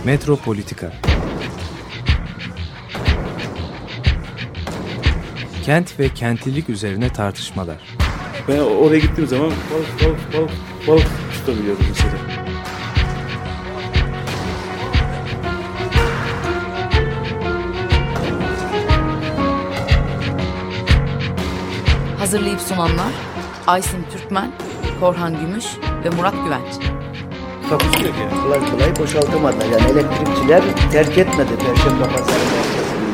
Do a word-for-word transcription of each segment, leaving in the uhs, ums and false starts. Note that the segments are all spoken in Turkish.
Metropolitika. Kent ve kentlilik üzerine tartışmalar. Ben oraya gittiğim zaman balık balık balık balık tutabiliyordum mesela. Hazırlayıp sunanlar Aysin Türkmen, Korhan Gümüş ve Murat Güvenç. Takusu yok yani. Kolay kolay boşaltamadılar. Yani elektrikçiler terk etmedi Perşembe Pazarı merkezini.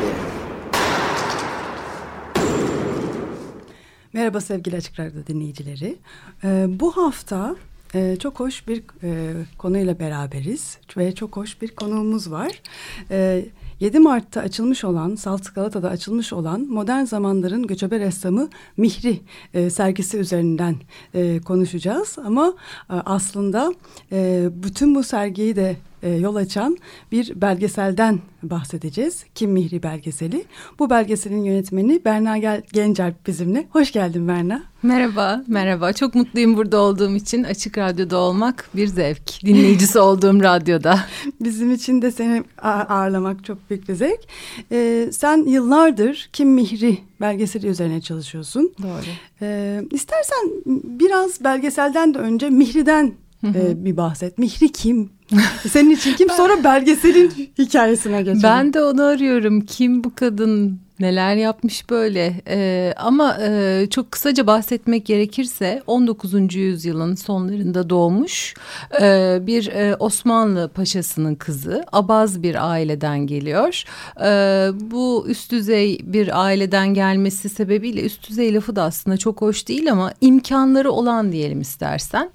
Merhaba sevgili Açık Radyo dinleyicileri. Ee, bu hafta e, çok hoş bir e, konuyla beraberiz ve çok hoş bir konuğumuz var. E, yedi Mart'ta açılmış olan, Salt Galata'da açılmış olan Modern Zamanların Göçebe Ressamı Mihri e, sergisi üzerinden e, konuşacağız. Ama e, aslında e, bütün bu sergiyi de e, yol açan bir belgeselden bahsedeceğiz. Kim Mihri belgeseli. Bu belgeselin yönetmeni Berna Gencerp bizimle. Hoş geldin Berna. Merhaba, merhaba. Çok mutluyum burada olduğum için. Açık Radyo'da olmak bir zevk. Dinleyicisi olduğum radyoda. Bizim için de seni ağırlamak çok büyük bir zevk. Ee, sen yıllardır Kim Mihri belgeseli üzerine çalışıyorsun. Doğru. Ee, istersen biraz belgeselden de önce Mihri'den e, bir bahset. Mihri kim? Senin için kim? Sonra belgeselin hikayesine geçelim. Ben de onu arıyorum. Kim bu kadın? Neler yapmış böyle? Ee, ama e, çok kısaca bahsetmek gerekirse on dokuzuncu yüzyılın sonlarında doğmuş e, bir e, Osmanlı paşasının kızı. Abaz bir aileden geliyor. E, bu üst düzey bir aileden gelmesi sebebiyle üst düzey lafı da aslında çok hoş değil ama imkanları olan diyelim istersen.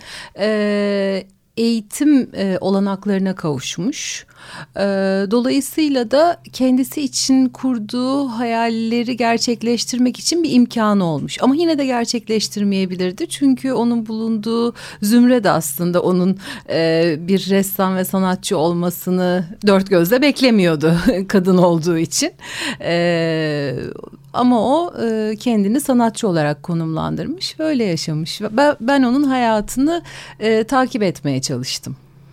E, eğitim e, olanaklarına kavuşmuş. E, dolayısıyla da kendisi için kurduğu hayalleri gerçekleştirmek için bir imkanı olmuş. Ama yine de gerçekleştirmeyebilirdi. Çünkü onun bulunduğu zümre de aslında onun e, bir ressam ve sanatçı olmasını dört gözle beklemiyordu kadın olduğu için. E, ama o e, kendini sanatçı olarak konumlandırmış ve öyle yaşamış. Ben, ben onun hayatını e, takip etmeye çalıştım.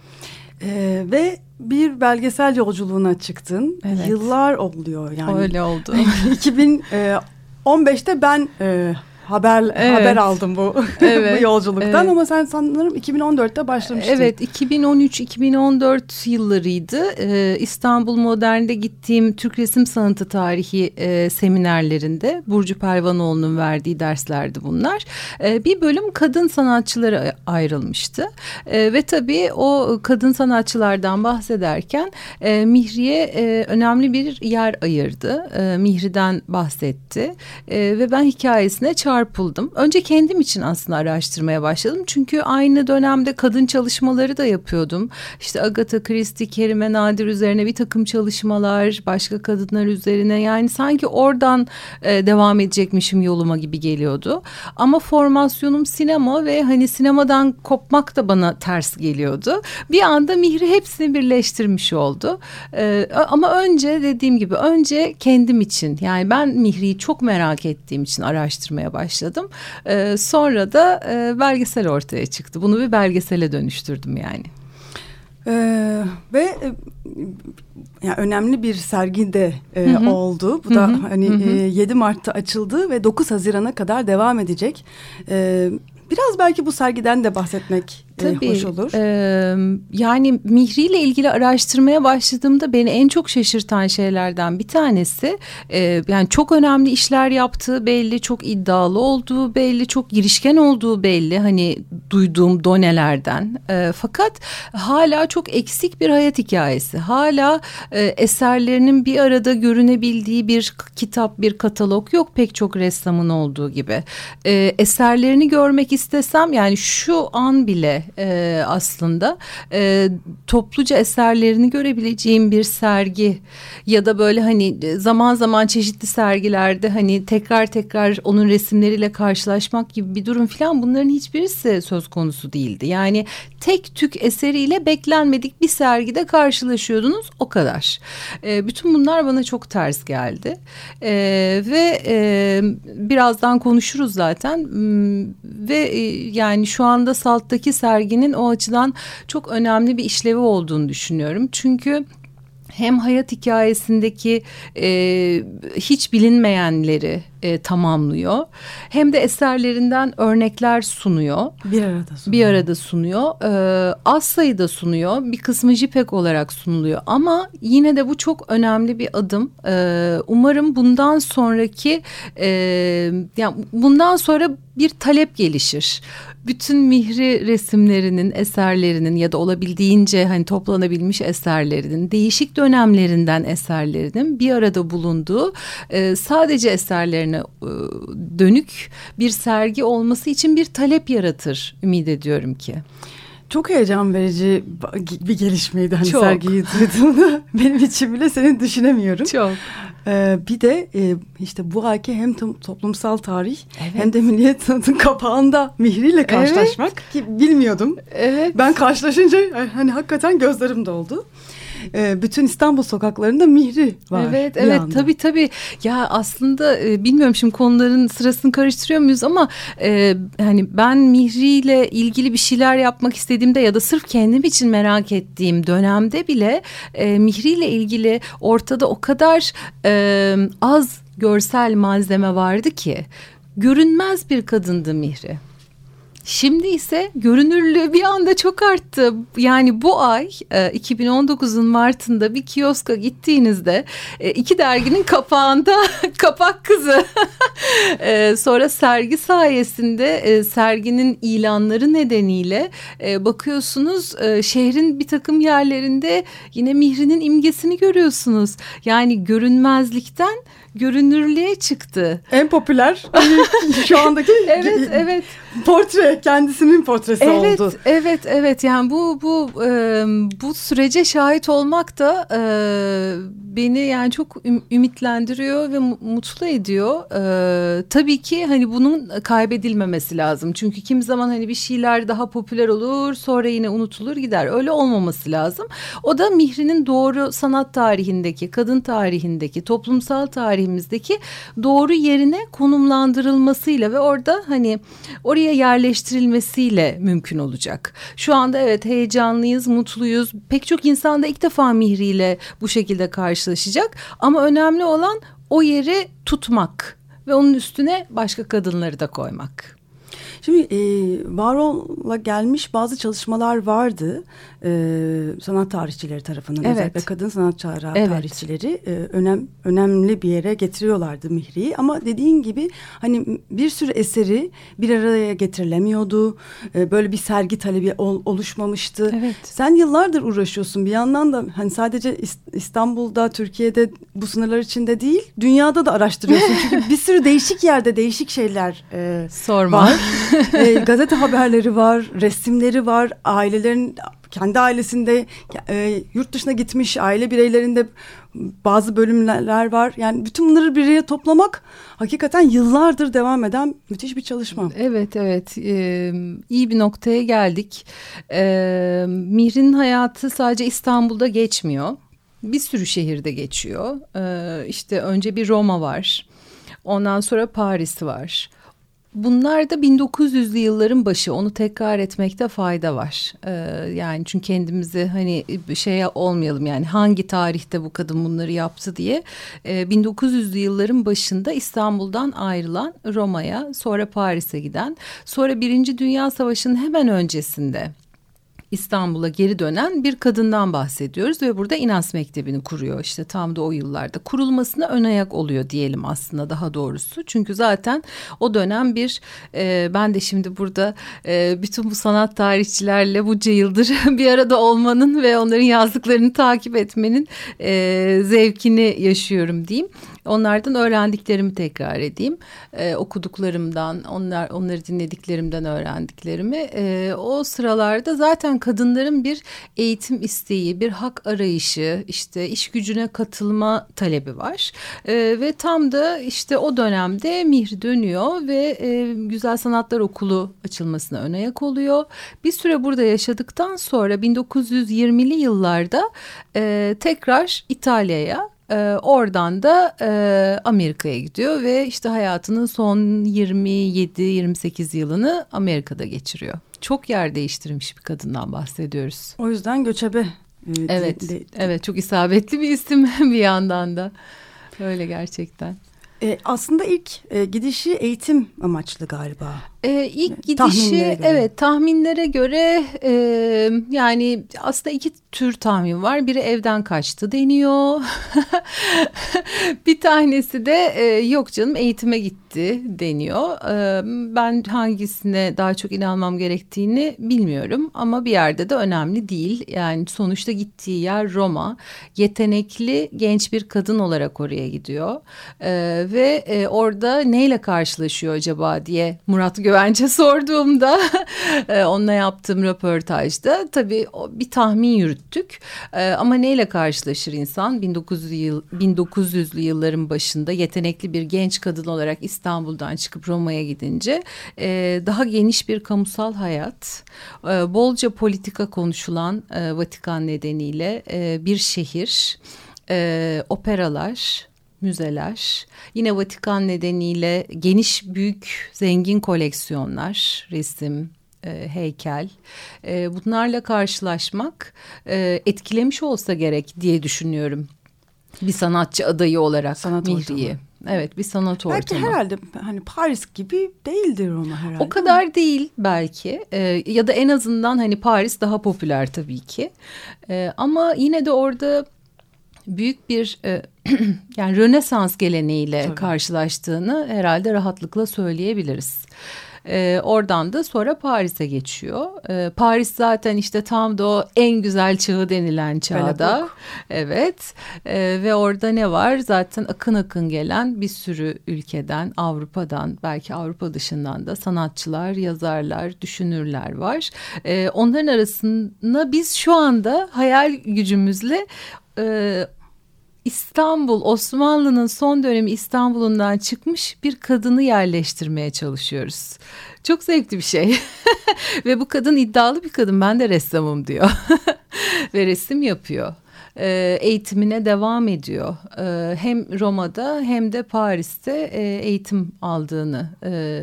Ee, ve bir belgesel yolculuğuna çıktın. Evet. Yıllar oluyor yani. Öyle oldu. iki bin on beşte ben e, haber evet. haber aldım bu, evet. bu yolculuktan evet. ama sen sanırım iki bin on dörtte başlamıştın. Evet, iki bin on üç iki bin on dört yıllarıydı. Ee, İstanbul Modern'de gittiğim Türk Resim Sanatı Tarihi e, seminerlerinde Burcu Pervanoğlu'nun verdiği derslerdi bunlar. E, bir bölüm kadın sanatçılara ayrılmıştı. E, ve tabii o kadın sanatçılardan bahsederken e, Mihri'ye e, önemli bir yer ayırdı. E, Mihri'den bahsetti. E, ve ben hikayesine çağırdım. Çarpıldım. Önce kendim için aslında araştırmaya başladım. Çünkü aynı dönemde kadın çalışmaları da yapıyordum. İşte Agatha Christie, Kerime Nadir üzerine bir takım çalışmalar, başka kadınlar üzerine. Yani sanki oradan e, devam edecekmişim yoluma gibi geliyordu. Ama formasyonum sinema ve hani sinemadan kopmak da bana ters geliyordu. Bir anda Mihri hepsini birleştirmiş oldu. E, ama önce dediğim gibi önce kendim için, yani ben Mihri'yi çok merak ettiğim için araştırmaya başladım. başladım. Ee, sonra da e, belgesel ortaya çıktı. Bunu bir belgesele dönüştürdüm yani. Ee, ve e, yani önemli bir sergi de e, hı hı. oldu. Bu hı hı. da hani hı hı. E, yedi Mart'ta açıldı ve dokuz Haziran'a kadar devam edecek. Ee, biraz belki bu sergiden de bahsetmek Tabii, e, hoş olur. E, yani Mihri ile ilgili araştırmaya başladığımda beni en çok şaşırtan şeylerden bir tanesi, e, yani çok önemli işler yaptığı belli, çok iddialı olduğu belli, çok girişken olduğu belli. Hani duyduğum donelerden. E, fakat hala çok eksik bir hayat hikayesi. Hala e, eserlerinin bir arada görünebildiği bir kitap, bir katalog yok pek çok ressamın olduğu gibi. E, eserlerini görmek istesem yani şu an bile e, aslında e, topluca eserlerini görebileceğim bir sergi ya da böyle hani zaman zaman çeşitli sergilerde hani tekrar tekrar onun resimleriyle karşılaşmak gibi bir durum falan, bunların hiçbirisi söz konusu değildi. Yani tek tük eseriyle beklenmedik bir sergide karşılaşıyordunuz, o kadar. E, bütün bunlar bana çok ters geldi. E, ve e, birazdan konuşuruz zaten. E, ve e, yani şu anda Salt'taki sergi serginin o açıdan çok önemli bir işlevi olduğunu düşünüyorum. Çünkü hem hayat hikayesindeki e, hiç bilinmeyenleri e, tamamlıyor, hem de eserlerinden örnekler sunuyor. Bir arada sunuyor. Bir arada sunuyor. E, az sayıda sunuyor. Bir kısmı JPEG olarak sunuluyor. Ama yine de bu çok önemli bir adım. E, umarım bundan sonraki, e, yani bundan sonra bir talep gelişir. Bütün Mihri resimlerinin, eserlerinin ya da olabildiğince hani toplanabilmiş eserlerinin, değişik dönemlerinden eserlerinin bir arada bulunduğu, e, sadece eserlerine e, dönük bir sergi olması için bir talep yaratır ümit ediyorum ki. Çok heyecan verici bir gelişmeydi hani Çok. sergiyi duyduğumda. Benim için bile seni düşünemiyorum. Çok. Ee, bir de e, işte bu ayki hem to- toplumsal tarih, Evet. hem de Milliyet Sanat'ın kapağında Mihri ile karşılaşmak, evet, ki bilmiyordum. Evet. Ben karşılaşınca hani hakikaten gözlerim doldu. Ee, bütün İstanbul sokaklarında Mihri var. Evet, bir evet, anda. tabii tabii. Ya aslında e, bilmiyorum şimdi konuların sırasını karıştırıyor muyuz ama e, hani ben Mihri ile ilgili bir şeyler yapmak istediğimde ya da sırf kendim için merak ettiğim dönemde bile e, Mihri ile ilgili ortada o kadar e, az görsel malzeme vardı ki, görünmez bir kadındı Mihri. Şimdi ise görünürlüğü bir anda çok arttı. Yani bu ay iki bin on dokuzun Mart'ında bir kioska gittiğinizde iki derginin kapağında kapak kızı. Sonra sergi sayesinde, serginin ilanları nedeniyle bakıyorsunuz şehrin bir takım yerlerinde yine Mihri'nin imgesini görüyorsunuz. Yani görünmezlikten görünürlüğe çıktı. En popüler şu andaki evet, evet. portre, kendisinin portresi evet, oldu. Evet, evet. Yani bu bu e, bu sürece şahit olmak da e, beni yani çok ümitlendiriyor ve mutlu ediyor. E, tabii ki hani bunun kaybedilmemesi lazım. Çünkü kim zaman hani bir şeyler daha popüler olur, sonra yine unutulur gider. Öyle olmaması lazım. O da Mihri'nin doğru sanat tarihindeki, kadın tarihindeki, toplumsal tarihimizdeki doğru yerine konumlandırılmasıyla ve orada hani oraya yerleştirilmesiyle mümkün olacak. Şu anda evet heyecanlıyız, mutluyuz. Pek çok insan da ilk defa Mihri ile bu şekilde karşılaşacak. Ama önemli olan o yeri tutmak ve onun üstüne başka kadınları da koymak. Şimdi e, Varol'la gelmiş bazı çalışmalar vardı e, sanat tarihçileri tarafından, evet, özellikle kadın sanat evet, tarihçileri e, önem önemli bir yere getiriyorlardı Mihri'yi, ama dediğin gibi hani bir sürü eseri bir araya getirilemiyordu, e, böyle bir sergi talebi ol, oluşmamıştı. Evet. Sen yıllardır uğraşıyorsun bir yandan da, hani sadece İstanbul'da, Türkiye'de, bu sınırlar içinde değil, dünyada da araştırıyorsun çünkü bir sürü değişik yerde değişik şeyler e, Sorma. var. e, gazete haberleri var, resimleri var, ailelerin kendi ailesinde e, yurt dışına gitmiş aile bireylerinde bazı bölümler var. Yani bütün bunları bir araya toplamak hakikaten yıllardır devam eden müthiş bir çalışma. Evet, evet. Ee, iyi bir noktaya geldik. Ee, Mihri'nin hayatı sadece İstanbul'da geçmiyor. Bir sürü şehirde geçiyor. Ee, işte önce bir Roma var. Ondan sonra Paris var. Bunlar da bin dokuz yüzlü yılların başı, onu tekrar etmekte fayda var. Ee, yani çünkü kendimizi hani şey olmayalım, yani hangi tarihte bu kadın bunları yaptı diye. Ee, bin dokuz yüzlü yılların başında İstanbul'dan ayrılan, Roma'ya, sonra Paris'e giden, sonra Birinci Dünya Savaşı'nın hemen öncesinde İstanbul'a geri dönen bir kadından bahsediyoruz ve burada İNAS Mektebi'ni kuruyor. İşte tam da o yıllarda kurulmasına ön ayak oluyor diyelim aslında, daha doğrusu. Çünkü zaten o dönem bir e, ben de şimdi burada e, bütün bu sanat tarihçilerle bunca yıldır bir arada olmanın ve onların yazdıklarını takip etmenin e, zevkini yaşıyorum diyeyim. Onlardan öğrendiklerimi tekrar edeyim. Ee, okuduklarımdan, onlar onları dinlediklerimden öğrendiklerimi. Ee, o sıralarda zaten kadınların bir eğitim isteği, bir hak arayışı, işte iş gücüne katılma talebi var. Ee, ve tam da işte o dönemde Mihri dönüyor ve e, Güzel Sanatlar Okulu açılmasına ön ayak oluyor. Bir süre burada yaşadıktan sonra bin dokuz yüz yirmili yıllarda e, tekrar İtalya'ya, Ee, oradan da e, Amerika'ya gidiyor ve işte hayatının son yirmi yedi yirmi sekiz yılını Amerika'da geçiriyor. çok yer değiştirmiş bir kadından bahsediyoruz. O yüzden göçebe. E, evet, de, de, evet çok isabetli bir isim bir yandan da. Öyle gerçekten. E, aslında ilk e, gidişi eğitim amaçlı galiba. Ee, ilk gidişi tahminlere göre. evet tahminlere göre e, yani aslında iki tür tahmin var. Biri evden kaçtı deniyor. Bir tanesi de e, yok canım eğitime gitti deniyor. E, ben hangisine daha çok inanmam gerektiğini bilmiyorum ama bir yerde de önemli değil. Yani sonuçta gittiği yer Roma. Yetenekli genç bir kadın olarak oraya gidiyor. E, ve e, orada neyle karşılaşıyor acaba diye Murat Güvence sorduğumda onunla yaptığım röportajda tabii bir tahmin yürüttük. Ama neyle karşılaşır insan? bin dokuz yüzlü, yıl, bin dokuz yüzlü yılların başında yetenekli bir genç kadın olarak İstanbul'dan çıkıp Roma'ya gidince daha geniş bir kamusal hayat, bolca politika konuşulan Vatikan nedeniyle bir şehir, operalar, müzeler, yine Vatikan nedeniyle geniş, büyük, zengin koleksiyonlar, resim, e, heykel. E, bunlarla karşılaşmak e, etkilemiş olsa gerek diye düşünüyorum. Bir sanatçı adayı olarak sanat Mihri'yi. Ortamı. Evet, bir sanat ortamı. Belki herhalde hani Paris gibi değildir Roma herhalde. O kadar değil belki ee, ya da en azından hani Paris daha popüler tabii ki. Ee, ama yine de orada büyük bir e, yani Rönesans geleneğiyle tabii karşılaştığını herhalde rahatlıkla söyleyebiliriz. Ee, oradan da sonra Paris'e geçiyor. Ee, Paris zaten işte tam da o en güzel çağı denilen çağda. Evet. Ee, ve orada ne var? Zaten akın akın gelen bir sürü ülkeden, Avrupa'dan, belki Avrupa dışından da sanatçılar, yazarlar, düşünürler var. Ee, onların arasında biz şu anda hayal gücümüzle e, İstanbul, Osmanlı'nın son dönemi İstanbul'undan çıkmış bir kadını yerleştirmeye çalışıyoruz. Çok zevkli bir şey. Ve bu kadın iddialı bir kadın. Ben de ressamım diyor. Ve resim yapıyor. E, eğitimine devam ediyor. E, hem Roma'da hem de Paris'te e, eğitim aldığını e,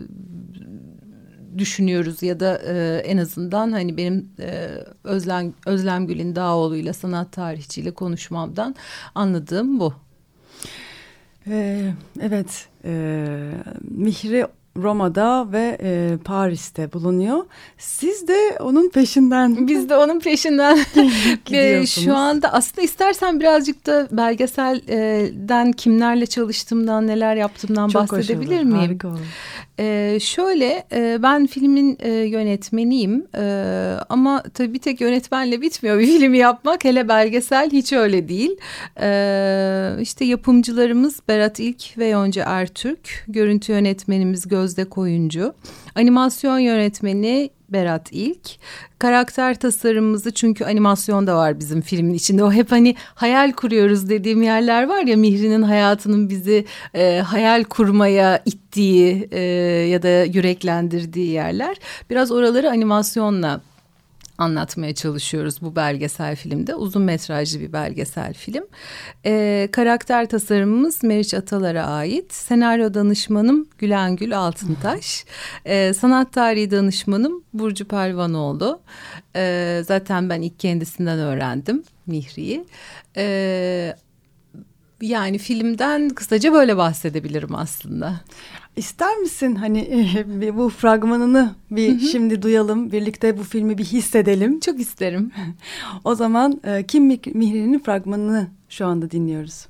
düşünüyoruz ya da e, en azından hani benim e, Özlem Özlem Gül'ün Dağoğlu'yla sanat tarihçiyle konuşmamdan anladığım bu. Ee, evet, e, Mihri Roma'da ve e, Paris'te bulunuyor. Siz de onun peşinden. Biz de onun peşinden gidiyorsunuz. Şu anda aslında istersen birazcık da belgeselden kimlerle çalıştığımdan, neler yaptığımdan çok bahsedebilir miyim? Harika olur. Ee, şöyle e, ben filmin e, yönetmeniyim e, ama tabii bir tek yönetmenle bitmiyor bir filmi yapmak, hele belgesel hiç öyle değil. E, işte yapımcılarımız Berat İlk ve Yonca Ertürk, görüntü yönetmenimiz Gözde Koyuncu, animasyon yönetmeni Berat İlk, karakter tasarımımızı, çünkü animasyon da var bizim filmin içinde, o hep hani hayal kuruyoruz dediğim yerler var ya, Mihri'nin hayatının bizi e, hayal kurmaya ittiği e, ya da yüreklendirdiği yerler, biraz oraları animasyonla anlatmaya çalışıyoruz bu belgesel filmde. Uzun metrajlı bir belgesel film. Ee, karakter tasarımımız Meriç Atalar'a ait. Senaryo danışmanım Gülengül Altıntaş. Ee, sanat tarihi danışmanım Burcu Pelvanoğlu. Ee, zaten ben ilk kendisinden öğrendim Mihri'yi. Ee, yani filmden kısaca böyle bahsedebilirim aslında. İster misin hani e, bu fragmanını bir hı hı. şimdi duyalım, birlikte bu filmi bir hissedelim? Çok isterim. O zaman e, Kim Mihri'nin fragmanını şu anda dinliyoruz.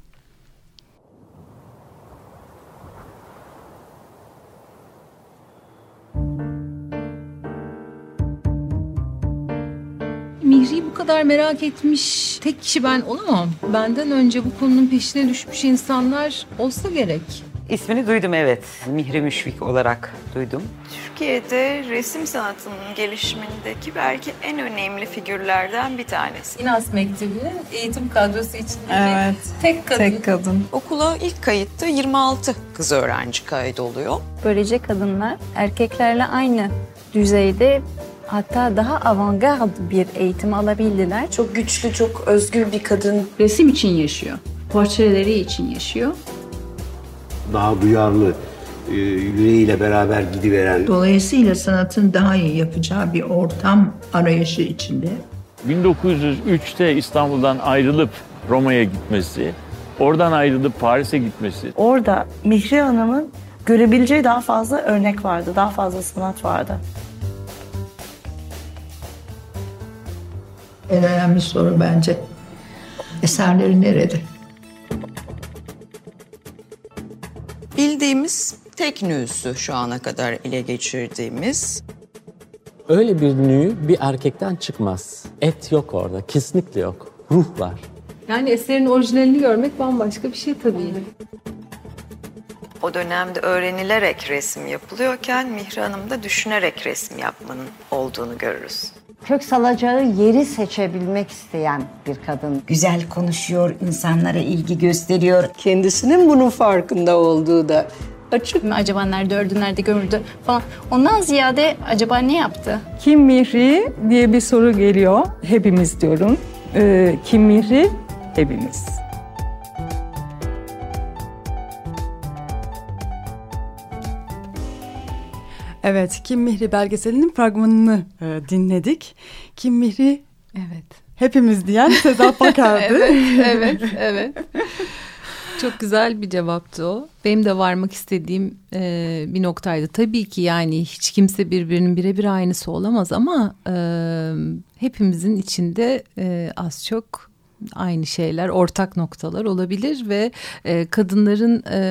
Mihri'yi bu kadar merak etmiş tek kişi ben olamam. Benden önce bu konunun peşine düşmüş insanlar olsa gerek. İsmini duydum, evet. Mihri Müşfik olarak duydum. Türkiye'de resim sanatının gelişimindeki belki en önemli figürlerden bir tanesi. İnas Mektebi'nin eğitim kadrosu içindeki evet, tek kadın. tek kadın. Okula ilk kayıtta yirmi altı kız öğrenci kaydoluyor. Böylece kadınlar erkeklerle aynı düzeyde, hatta daha avantgard bir eğitim alabildiler. Çok güçlü, çok özgür bir kadın. Resim için yaşıyor, portreleri için yaşıyor. Daha duyarlı, e, yüreğiyle beraber gidiveren. Dolayısıyla sanatın daha iyi yapacağı bir ortam arayışı içinde. bin dokuz yüz üçte İstanbul'dan ayrılıp Roma'ya gitmesi, oradan ayrılıp Paris'e gitmesi. Orada Mihri Hanım'ın görebileceği daha fazla örnek vardı, daha fazla sanat vardı. En önemli soru bence eserleri nerede? Bildiğimiz tek nüsü şu ana kadar ele geçirdiğimiz. Öyle bir nü bir erkekten çıkmaz. Et yok orada, kesinlikle yok. Ruh var. Yani eserin orijinalini görmek bambaşka bir şey tabii. O dönemde öğrenilerek resim yapılıyorken Mihri Hanım da düşünerek resim yapmanın olduğunu görürüz. Kök salacağı yeri seçebilmek isteyen bir kadın. Güzel konuşuyor, insanlara ilgi gösteriyor. Kendisinin bunun farkında olduğu da açık. Acaba nerede ördü, nerede gömüldü falan. Ondan ziyade acaba ne yaptı? Kim Mihri diye bir soru geliyor. Hepimiz diyorum. Ee, Kim Mihri? Hepimiz. Evet, Kim Mihri belgeselinin fragmanını e, dinledik. Kim Mihri, evet, hepimiz diyen Sedat Paker'di. evet, evet, evet. Çok güzel bir cevaptı o. Benim de varmak istediğim e, bir noktaydı. Tabii ki yani hiç kimse birbirinin birebir aynısı olamaz ama e, hepimizin içinde e, az çok aynı şeyler, ortak noktalar olabilir ve e, kadınların e,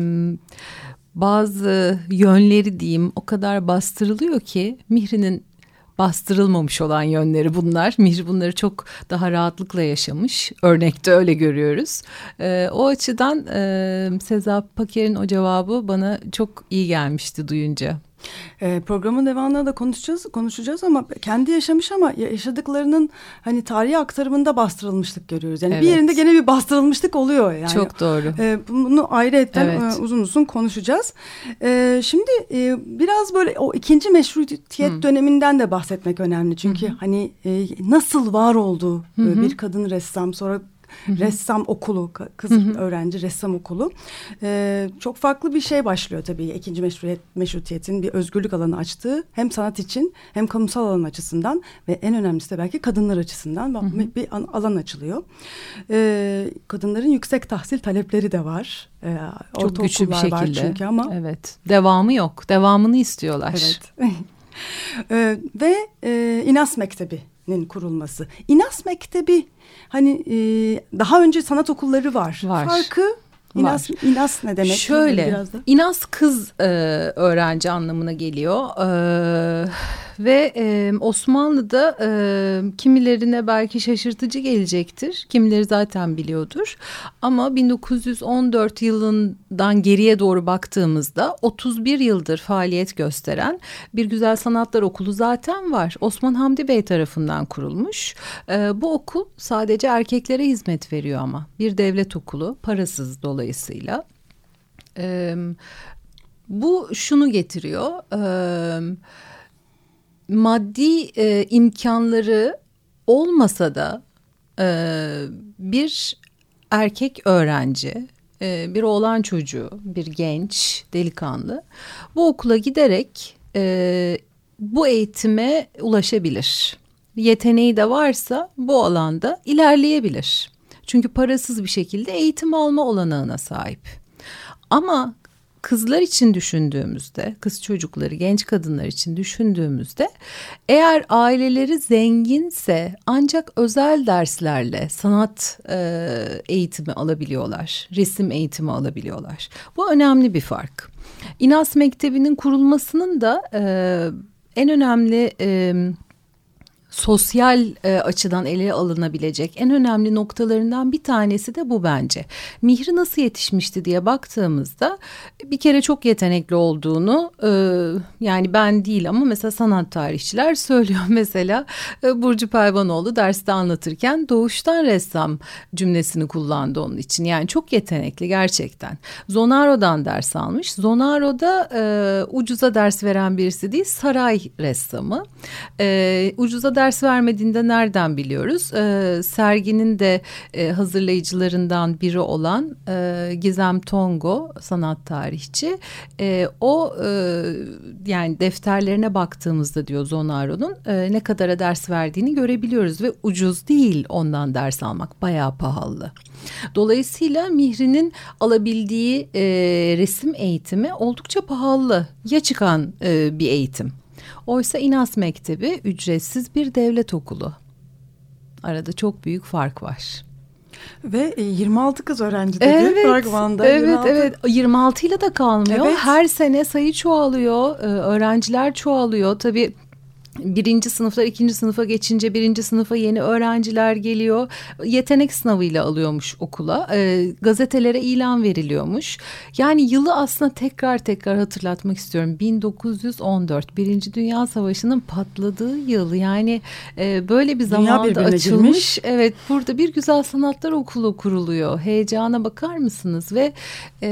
bazı yönleri diyeyim o kadar bastırılıyor ki Mihri'nin bastırılmamış olan yönleri bunlar. Mihri bunları çok daha rahatlıkla yaşamış. Örnekte öyle görüyoruz. Ee, o açıdan e, Sedat Paker'in o cevabı bana çok iyi gelmişti duyunca. E, programın devamında da konuşacağız konuşacağız ama kendi yaşamış ama yaşadıklarının hani tarihi aktarımında bastırılmışlık görüyoruz. Yani evet. Bir yerinde gene bir bastırılmışlık oluyor yani. Çok doğru. E, bunu ayrıyetten evet. e, uzun uzun konuşacağız. E, şimdi e, biraz böyle o ikinci meşrutiyet hmm. döneminden de bahsetmek önemli. Çünkü hmm. hani e, nasıl var oldu hmm. bir kadın ressam, sonra Hı-hı. ressam okulu, kız Hı-hı. öğrenci ressam okulu. Ee, çok farklı bir şey başlıyor tabii. İkinci meşrutiyet, meşrutiyetin bir özgürlük alanı açtığı hem sanat için hem kamusal alan açısından ve en önemlisi de belki kadınlar açısından Hı-hı. bir alan açılıyor. Ee, kadınların yüksek tahsil talepleri de var. Ee, çok güçlü bir şekilde. Var çünkü ama. Evet. Devamı yok. Devamını istiyorlar. Evet. ee, ve e, İnas Mektebi'nin kurulması. İnas Mektebi hani e, daha önce sanat okulları var. Var. Farkı İnas, İnas ne demek? Şöyle, biraz da. İnas kız e, öğrenci anlamına geliyor. E, ve e, Osmanlı'da e, kimilerine belki şaşırtıcı gelecektir. Kimileri zaten biliyordur. Ama bin dokuz yüz on dört yılından geriye doğru baktığımızda otuz bir yıldır faaliyet gösteren bir Güzel Sanatlar Okulu zaten var. Osman Hamdi Bey tarafından kurulmuş. E, bu okul sadece erkeklere hizmet veriyor ama. Bir devlet okulu, parasız dolayısıyla. E, bu şunu getiriyor. E, maddi e, imkanları olmasa da e, bir erkek öğrenci, e, bir oğlan çocuğu, bir genç delikanlı bu okula giderek e, bu eğitime ulaşabilir. Yeteneği de varsa bu alanda ilerleyebilir. Çünkü parasız bir şekilde eğitim alma olanağına sahip. Ama kızlar için düşündüğümüzde, kız çocukları, genç kadınlar için düşündüğümüzde eğer aileleri zenginse ancak özel derslerle sanat e, eğitimi alabiliyorlar, resim eğitimi alabiliyorlar. Bu önemli bir fark. İnas Mektebi'nin kurulmasının da e, en önemli e, sosyal e, açıdan ele alınabilecek en önemli noktalarından bir tanesi de bu bence. Mihri nasıl yetişmişti diye baktığımızda bir kere çok yetenekli olduğunu e, yani ben değil ama mesela sanat tarihçiler söylüyor. Mesela e, Burcu Pelvanoğlu derste anlatırken doğuştan ressam cümlesini kullandı onun için. Yani çok yetenekli gerçekten. Zonaro'dan ders almış. Zonaro'da e, ucuza ders veren birisi değil, saray ressamı. E, ucuza ders vermediğini de nereden biliyoruz? E, serginin de e, hazırlayıcılarından biri olan e, Gizem Tongo, sanat tarihçi. E, o e, yani defterlerine baktığımızda diyor Zonaro'nun e, ne kadara ders verdiğini görebiliyoruz ve ucuz değil ondan ders almak, bayağı pahalı. Dolayısıyla Mihri'nin alabildiği e, resim eğitimi oldukça pahalı, ya çıkan e, bir eğitim. Oysa İnas Mektebi ücretsiz bir devlet okulu. Arada çok büyük fark var. Ve yirmi altı kız öğrenci dedi evet, fragmanda. Evet, yirmi altı evet. yirmi altı ile de kalmıyor. Evet. Her sene sayı çoğalıyor, öğrenciler çoğalıyor. Tabii birinci sınıflar ikinci sınıfa geçince birinci sınıfa yeni öğrenciler geliyor. Yetenek sınavıyla alıyormuş okula. E, gazetelere ilan veriliyormuş. Yani yılı aslında tekrar tekrar hatırlatmak istiyorum. bin dokuz yüz on dört Birinci Dünya Savaşı'nın patladığı yıl. Yani e, böyle bir zamanda açılmış. Girmiş. Evet, burada bir Güzel Sanatlar Okulu kuruluyor. Heyecana bakar mısınız? Ve, e,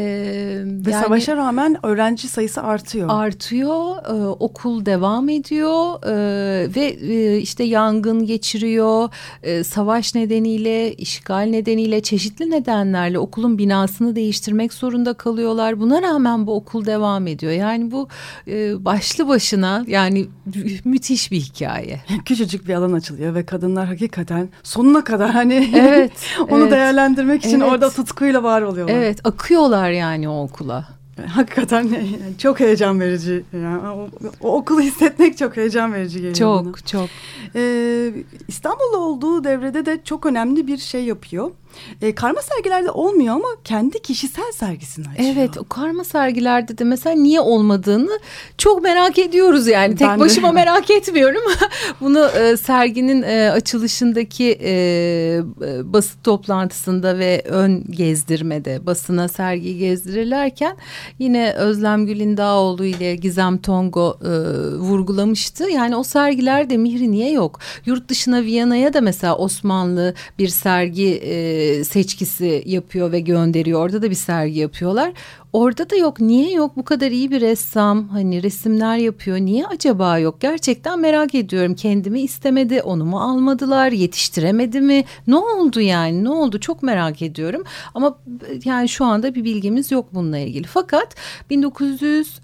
ve yani, savaşa rağmen öğrenci sayısı artıyor. Artıyor. E, okul devam ediyor. Ee, ve e, işte yangın geçiriyor, e, savaş nedeniyle, işgal nedeniyle, çeşitli nedenlerle okulun binasını değiştirmek zorunda kalıyorlar. Buna rağmen bu okul devam ediyor. Yani bu e, başlı başına yani müthiş bir hikaye. Küçücük bir alan açılıyor ve kadınlar hakikaten sonuna kadar hani evet, onu evet. değerlendirmek için evet. orada tutkuyla var oluyorlar. Evet, akıyorlar yani o okula. Hakikaten çok heyecan verici. Yani o, o okulu hissetmek çok heyecan verici geliyor çok, bana. Çok çok. Ee, İstanbul'da olduğu devrede de çok önemli bir şey yapıyor. Ee, karma sergilerde olmuyor ama kendi kişisel sergisini açıyor. Evet, o karma sergilerde de mesela niye olmadığını çok merak ediyoruz yani. Tek Ben başıma de. merak etmiyorum. Bunu e, serginin e, açılışındaki e, basın toplantısında ve ön gezdirmede basına sergiyi gezdirirlerken yine Özlem Gülindağoğlu ile Gizem Tongo e, vurgulamıştı. Yani o sergilerde Mihri niye yok? Yurt dışına, Viyana'ya da mesela Osmanlı bir sergi e, seçkisi yapıyor ve gönderiyor. Orada da bir sergi yapıyorlar. Orada da yok. Niye yok? Bu kadar iyi bir ressam, hani resimler yapıyor. Niye acaba yok? Gerçekten merak ediyorum. Kendimi istemedi, onu mu almadılar, yetiştiremedi mi? Ne oldu yani? Ne oldu? Çok merak ediyorum. Ama yani şu anda bir bilgimiz yok bununla ilgili. Fakat bin dokuz yüz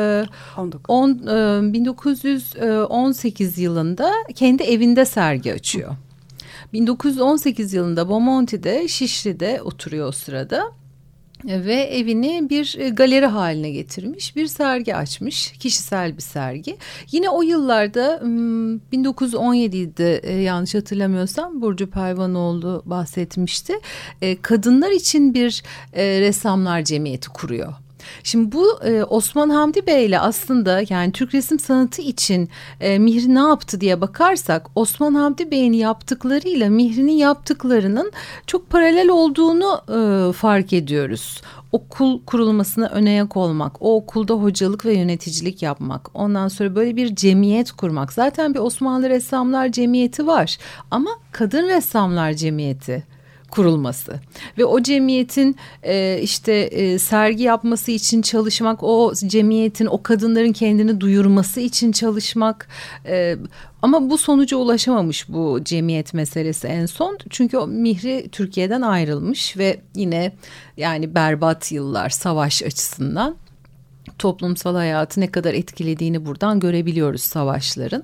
on sekiz yılında kendi evinde sergi açıyor. bin dokuz yüz on sekiz yılında Bomonti'de, Şişli'de oturuyor o sırada. Ve evini bir galeri haline getirmiş, bir sergi açmış, kişisel bir sergi. Yine o yıllarda bin dokuz yüz on yedide yanlış hatırlamıyorsam Burcu Pervanoğlu bahsetmişti. Kadınlar için bir ressamlar cemiyeti kuruyor. Şimdi bu e, Osman Hamdi Bey ile aslında yani Türk resim sanatı için e, Mihri ne yaptı diye bakarsak Osman Hamdi Bey'in yaptıklarıyla Mihri'nin yaptıklarının çok paralel olduğunu e, fark ediyoruz. Okul kurulmasına ön ayak olmak, o okulda hocalık ve yöneticilik yapmak, ondan sonra böyle bir cemiyet kurmak. Zaten bir Osmanlı Ressamlar Cemiyeti var ama Kadın Ressamlar Cemiyeti kurulması ve o cemiyetin e, işte e, sergi yapması için çalışmak, o cemiyetin o kadınların kendini duyurması için çalışmak e, ama bu sonuca ulaşamamış bu cemiyet meselesi en son. Çünkü o Mihri Türkiye'den ayrılmış ve yine yani berbat yıllar savaş açısından. Toplumsal hayatı ne kadar etkilediğini buradan görebiliyoruz savaşların.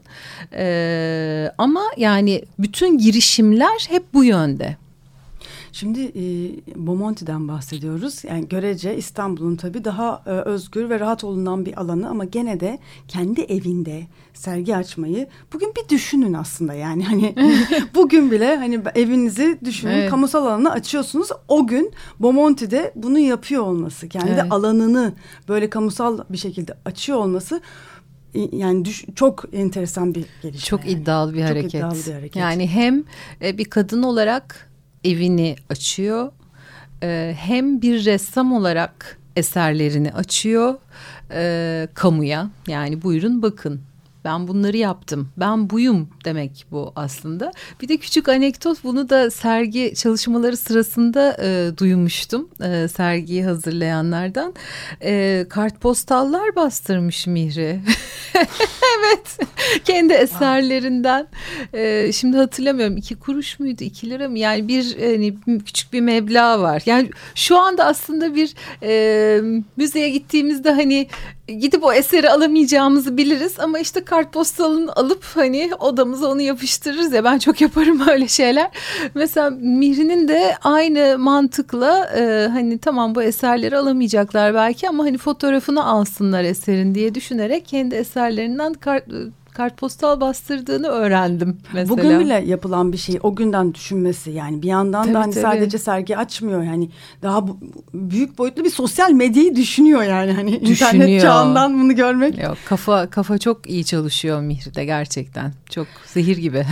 E, ama yani bütün girişimler hep bu yönde. Şimdi e, Bomonti'den bahsediyoruz. Yani görece İstanbul'un tabii daha e, özgür ve rahat olunan bir alanı ama gene de kendi evinde sergi açmayı bugün bir düşünün aslında yani hani bugün bile hani evinizi düşünün, evet. Kamusal alanı açıyorsunuz. O gün Bomonti'de bunu yapıyor olması, kendi evet. alanını böyle kamusal bir şekilde açıyor olması yani düş, çok enteresan bir gelişme. Çok yani. iddialı bir çok hareket. iddialı bir hareket. Yani hem e, bir kadın olarak evini açıyor, ee, hem bir ressam olarak eserlerini açıyor e, kamuya. Yani buyurun bakın ben bunları yaptım, ben buyum demek bu aslında. Bir de küçük anekdot, bunu da sergi çalışmaları sırasında e, duymuştum e, sergiyi hazırlayanlardan. E, kartpostallar bastırmış Mihri. Evet, kendi eserlerinden. Ee, şimdi hatırlamıyorum, iki kuruş muydu, iki lira mı? Yani bir hani küçük bir meblağ var. Yani şu anda aslında bir e, müzeye gittiğimizde hani gidip o eseri alamayacağımızı biliriz ama işte kartpostalını alıp hani odamıza onu yapıştırırız ya, ben çok yaparım öyle şeyler. Mesela Mihri'nin de aynı mantıkla e, hani tamam bu eserleri alamayacaklar belki ama hani fotoğrafını alsınlar eserin diye düşünerek kendi eserlerinden kart kartpostal bastırdığını öğrendim mesela. Bugün bile yapılan bir şey, o günden düşünmesi yani bir yandan tabii, da hani tabii. sadece sergi açmıyor yani daha bu, büyük boyutlu bir sosyal medyayı düşünüyor yani hani Düşünüyor. internet çağından bunu görmek. Yok, kafa kafa çok iyi çalışıyor Mihri'de gerçekten, çok zehir gibi.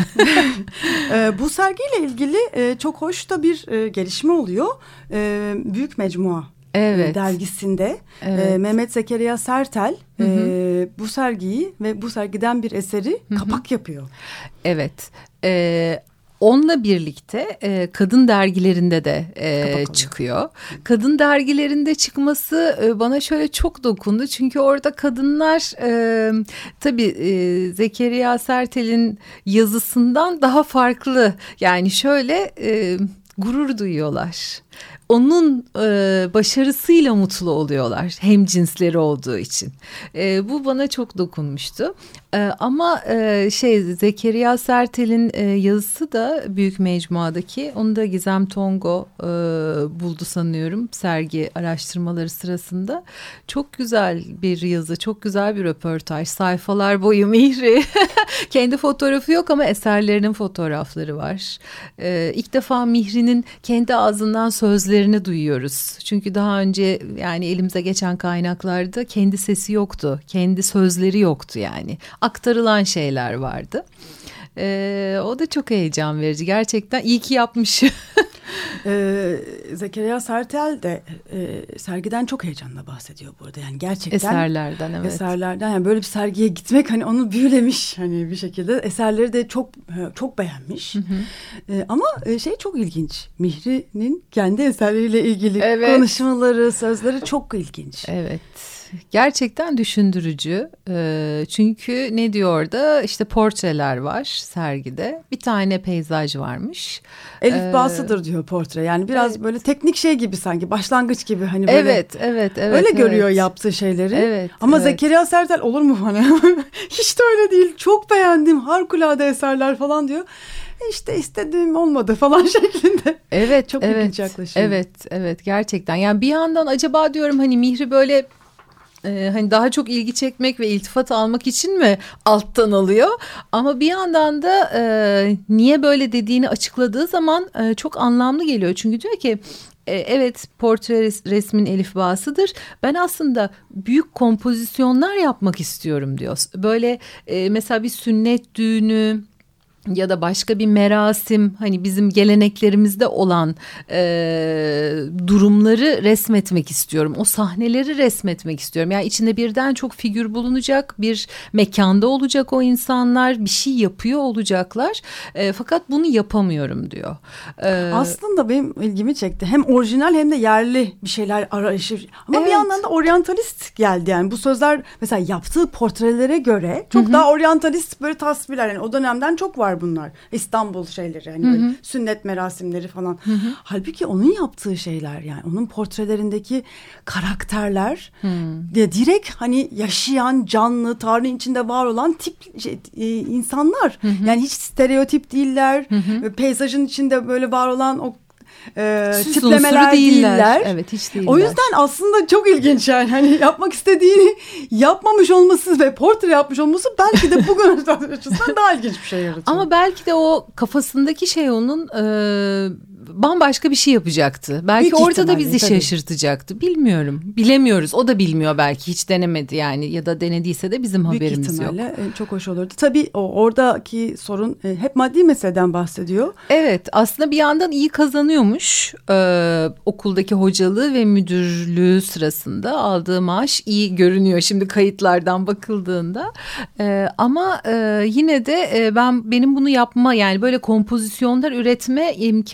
e, bu sergiyle ilgili e, çok hoş da bir e, gelişme oluyor. E, Büyük Mecmua. Evet. Dergisinde evet. E, Mehmet Zekeriya Sertel hı hı. E, bu sergiyi ve bu sergiden bir eseri hı hı. kapak yapıyor. Evet. Evet. Onunla birlikte e, kadın dergilerinde de e, çıkıyor. Kadın dergilerinde çıkması e, bana şöyle çok dokundu. Çünkü orada kadınlar e, tabii e, Zekeriya Sertel'in yazısından daha farklı. Yani şöyle e, gurur duyuyorlar. Onun e, başarısıyla mutlu oluyorlar, hemcinsleri olduğu için. E, bu bana çok dokunmuştu. E, ama e, şey Zekeriya Sertel'in e, yazısı da Büyük Mecmua'daki, onu da Gizem Tongo e, buldu sanıyorum sergi araştırmaları sırasında. Çok güzel bir yazı, çok güzel bir röportaj. Sayfalar boyu Mihri. Kendi fotoğrafı yok ama eserlerinin fotoğrafları var. E, ilk defa Mihri'nin kendi ağzından sözleri duyuyoruz. Çünkü daha önce yani elimize geçen kaynaklarda kendi sesi yoktu. Kendi sözleri yoktu yani. Aktarılan şeyler vardı. Ee, o da çok heyecan verici. Gerçekten iyi ki yapmış. ee, Zekeriya Sertel de e, sergiden çok heyecanla bahsediyor burada. Yani gerçekten eserlerden evet. Eserlerden yani böyle bir sergiye gitmek hani onu büyülemiş hani bir şekilde. Eserleri de çok çok beğenmiş. Hı hı. Ee, ama şey çok ilginç. Mihri'nin kendi eserleriyle ilgili evet. konuşmaları, sözleri çok ilginç. Evet. Gerçekten düşündürücü. Ee, çünkü ne diyor orada? İşte portreler var sergide. Bir tane peyzaj varmış. Elifbasıdır ee, diyor portre. Yani biraz evet. böyle teknik şey gibi sanki. Başlangıç gibi hani böyle. Evet, evet, evet. Öyle evet. görüyor yaptığı şeyleri. Evet. Ama evet. Zekeriya Sertel olur mu hani? Hiç de öyle değil. Çok beğendim. Harikulade eserler falan diyor. İşte istediğim olmadı falan şeklinde. Evet, çok evet, ilginç yaklaşım. Evet, evet gerçekten. Yani bir yandan acaba diyorum hani Mihri böyle Ee, hani daha çok ilgi çekmek ve iltifat almak için mi alttan alıyor? Ama bir yandan da e, niye böyle dediğini açıkladığı zaman e, çok anlamlı geliyor. Çünkü diyor ki e, evet portre resmin elifbasıdır. Ben aslında büyük kompozisyonlar yapmak istiyorum diyor. Böyle e, mesela bir sünnet düğünü ya da başka bir merasim hani bizim geleneklerimizde olan e, durumları resmetmek istiyorum. O sahneleri resmetmek istiyorum. Yani içinde birden çok figür bulunacak, bir mekanda olacak o insanlar, bir şey yapıyor olacaklar. E, fakat bunu yapamıyorum diyor. E, Aslında benim ilgimi çekti. Hem orijinal hem de yerli bir şeyler arayışı. Ama evet. bir yandan da oryantalist geldi. Yani bu sözler mesela yaptığı portrelere göre çok Hı-hı. daha oryantalist böyle tasvirler. Yani o dönemden çok var bunlar. İstanbul şeyleri hani böyle sünnet merasimleri falan. Hı hı. Halbuki onun yaptığı şeyler yani onun portrelerindeki karakterler de direkt hani yaşayan canlı tarihin içinde var olan tip şey, e, insanlar. Hı hı. Yani hiç stereotip değiller. Hı hı. Peyzajın içinde böyle var olan o E, tiplemeler değiller. değiller. Evet, hiç değiller. O yüzden aslında çok ilginç yani hani yapmak istediğini yapmamış olması ve portre yapmış olması belki de bugün açısından daha ilginç bir şey yaratıyor. Ama belki de o kafasındaki şey onun e, bambaşka bir şey yapacaktı. Belki Büyük orada da bizi tabii. şaşırtacaktı. Bilmiyorum. Bilemiyoruz. O da bilmiyor belki. Hiç denemedi yani ya da denediyse de bizim Büyük haberimiz ihtimalle yok. Çok hoş olurdu. Tabii o oradaki sorun hep maddi meseleden bahsediyor. Evet, aslında bir yandan iyi kazanıyormuş. Ee, okuldaki hocalığı ve müdürlüğü sırasında aldığı maaş iyi görünüyor şimdi kayıtlardan bakıldığında. Ee, ama e, yine de e, ben benim bunu yapma yani böyle kompozisyonlar üretme imkanım yok.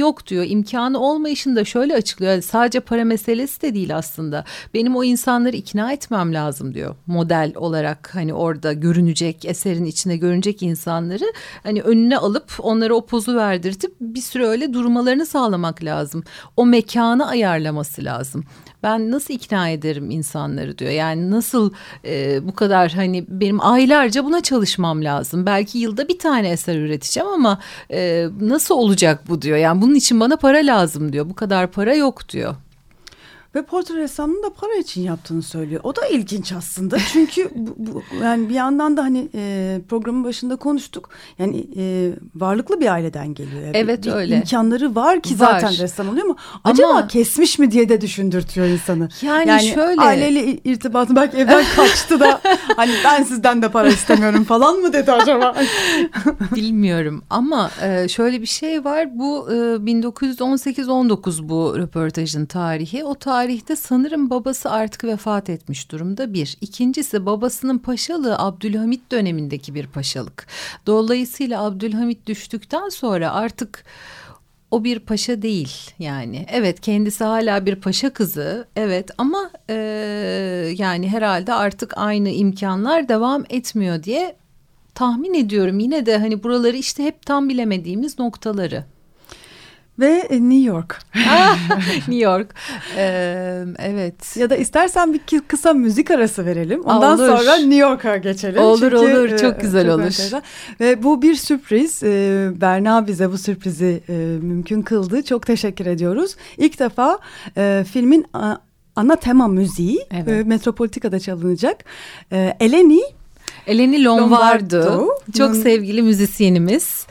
yok diyor. İmkanı olmayışını da şöyle açıklıyor. Yani sadece para meselesi de değil aslında. Benim o insanları ikna etmem lazım diyor. Model olarak hani orada görünecek, eserin içine görünecek insanları hani önüne alıp onlara o pozu verdirtip bir süre öyle durmalarını sağlamak lazım. O mekanı ayarlaması lazım. Ben nasıl ikna ederim insanları diyor. Yani nasıl e, bu kadar hani benim aylarca buna çalışmam lazım. Belki yılda bir tane eser üreteceğim ama e, nasıl olacak bu diyor. Yani bunun için bana para lazım diyor. Bu kadar para yok diyor. Ve portre ressamının da para için yaptığını söylüyor. O da ilginç aslında. Çünkü bu, bu, yani bir yandan da hani e, programın başında konuştuk. Yani e, varlıklı bir aileden geliyor. Yani evet bir, öyle. İmkanları var ki var. zaten ressam oluyor mu? Acaba Ama, kesmiş mi diye de düşündürtüyor insanı. Yani, yani şöyle. Aileyle irtibatı belki evden kaçtı da hani ben sizden de para istemiyorum falan mı dedi acaba? Bilmiyorum ama e, şöyle bir şey var. Bu e, bin dokuz yüz on sekiz on dokuz bu röportajın tarihi. O tarih Tarihte sanırım babası artık vefat etmiş durumda bir. İkincisi babasının paşalığı Abdülhamit dönemindeki bir paşalık. Dolayısıyla Abdülhamit düştükten sonra artık o bir paşa değil yani. Evet kendisi hala bir paşa kızı evet ama e, yani herhalde artık aynı imkanlar devam etmiyor diye tahmin ediyorum. Yine de hani buraları işte hep tam bilemediğimiz noktaları. Ve New York. New York. Ee, evet. Ya da istersen bir kısa müzik arası verelim. Ondan olur. sonra New York'a geçelim. Olur Çünkü, olur. Çok güzel çok olur. Enteresan. Ve bu bir sürpriz. Ee, Berna bize bu sürprizi e, mümkün kıldı. Çok teşekkür ediyoruz. İlk defa e, filmin a, ana tema müziği evet. e, Metropolitika'da çalınacak. E, Eleni Eleni Lombardo. Lombardo. Çok hmm. sevgili müzisyenimiz.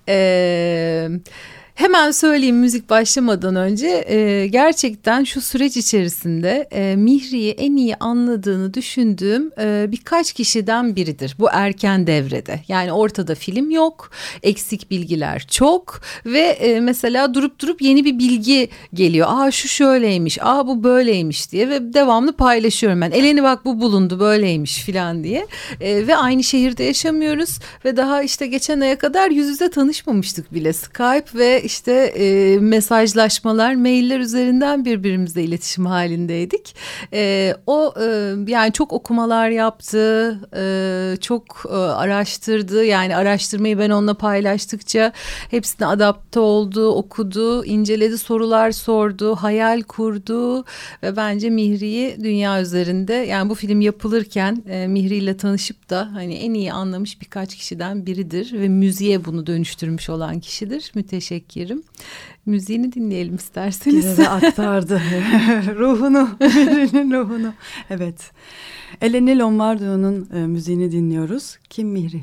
Eee Hemen söyleyeyim müzik başlamadan önce e, gerçekten şu süreç içerisinde e, Mihri'yi en iyi anladığını düşündüğüm e, birkaç kişiden biridir. Bu erken devrede yani ortada film yok, eksik bilgiler çok ve e, mesela durup durup yeni bir bilgi geliyor. Aa şu şöyleymiş, aa bu böyleymiş diye ve devamlı paylaşıyorum ben. Eleni bak bu bulundu böyleymiş filan diye e, ve aynı şehirde yaşamıyoruz ve daha işte geçen aya kadar yüz yüze tanışmamıştık bile. Skype ve İşte e, mesajlaşmalar, mailler üzerinden birbirimizle iletişim halindeydik. E, o e, yani çok okumalar yaptı, e, çok e, araştırdı. Yani araştırmayı ben onunla paylaştıkça hepsine adapte oldu, okudu, inceledi, sorular sordu, hayal kurdu ve bence Mihri'yi dünya üzerinde yani bu film yapılırken e, Mihri ile tanışıp da hani en iyi anlamış birkaç kişiden biridir ve müziğe bunu dönüştürmüş olan kişidir. Müteşekkir. Müziğini dinleyelim isterseniz. Bize de aktardı ruhunu, Mihri'nin ruhunu. Evet. Eleni Lombardo'nun e, müziğini dinliyoruz. Kim Mihri?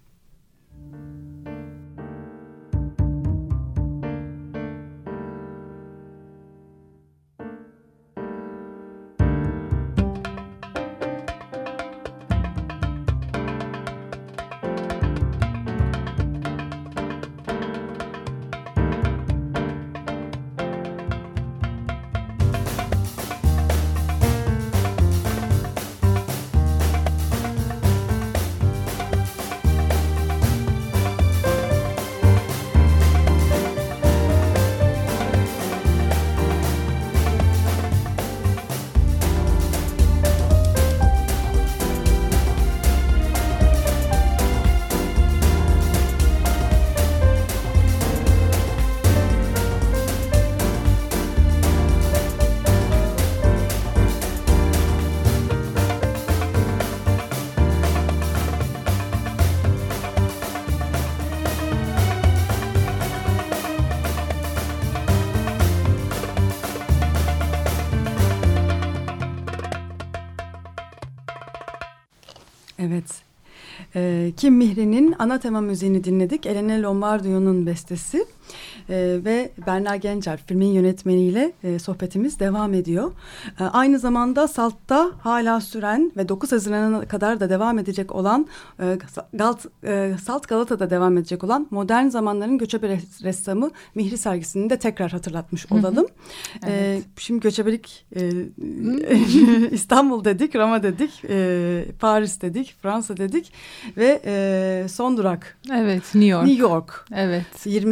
Evet. E, Kim Mihri'nin ana tema müziğini dinledik. Eleni Lombardo'nun bestesi e, ve Berna Gencer filmin yönetmeniyle e, sohbetimiz devam ediyor. E, aynı zamanda Salt'ta hala süren ve dokuz Haziran'a kadar da devam edecek olan e, Galt, e, Salt Galata'da devam edecek olan Modern Zamanların Göçebe Ressamı Mihri sergisini de tekrar hatırlatmış olalım. Hı hı. Evet. E, şimdi göçebelik e, İstanbul dedik, Roma dedik, e, Paris dedik, Fransa dedik ve e, son durak. Evet, New York. New York. Evet. yirmi yedi sene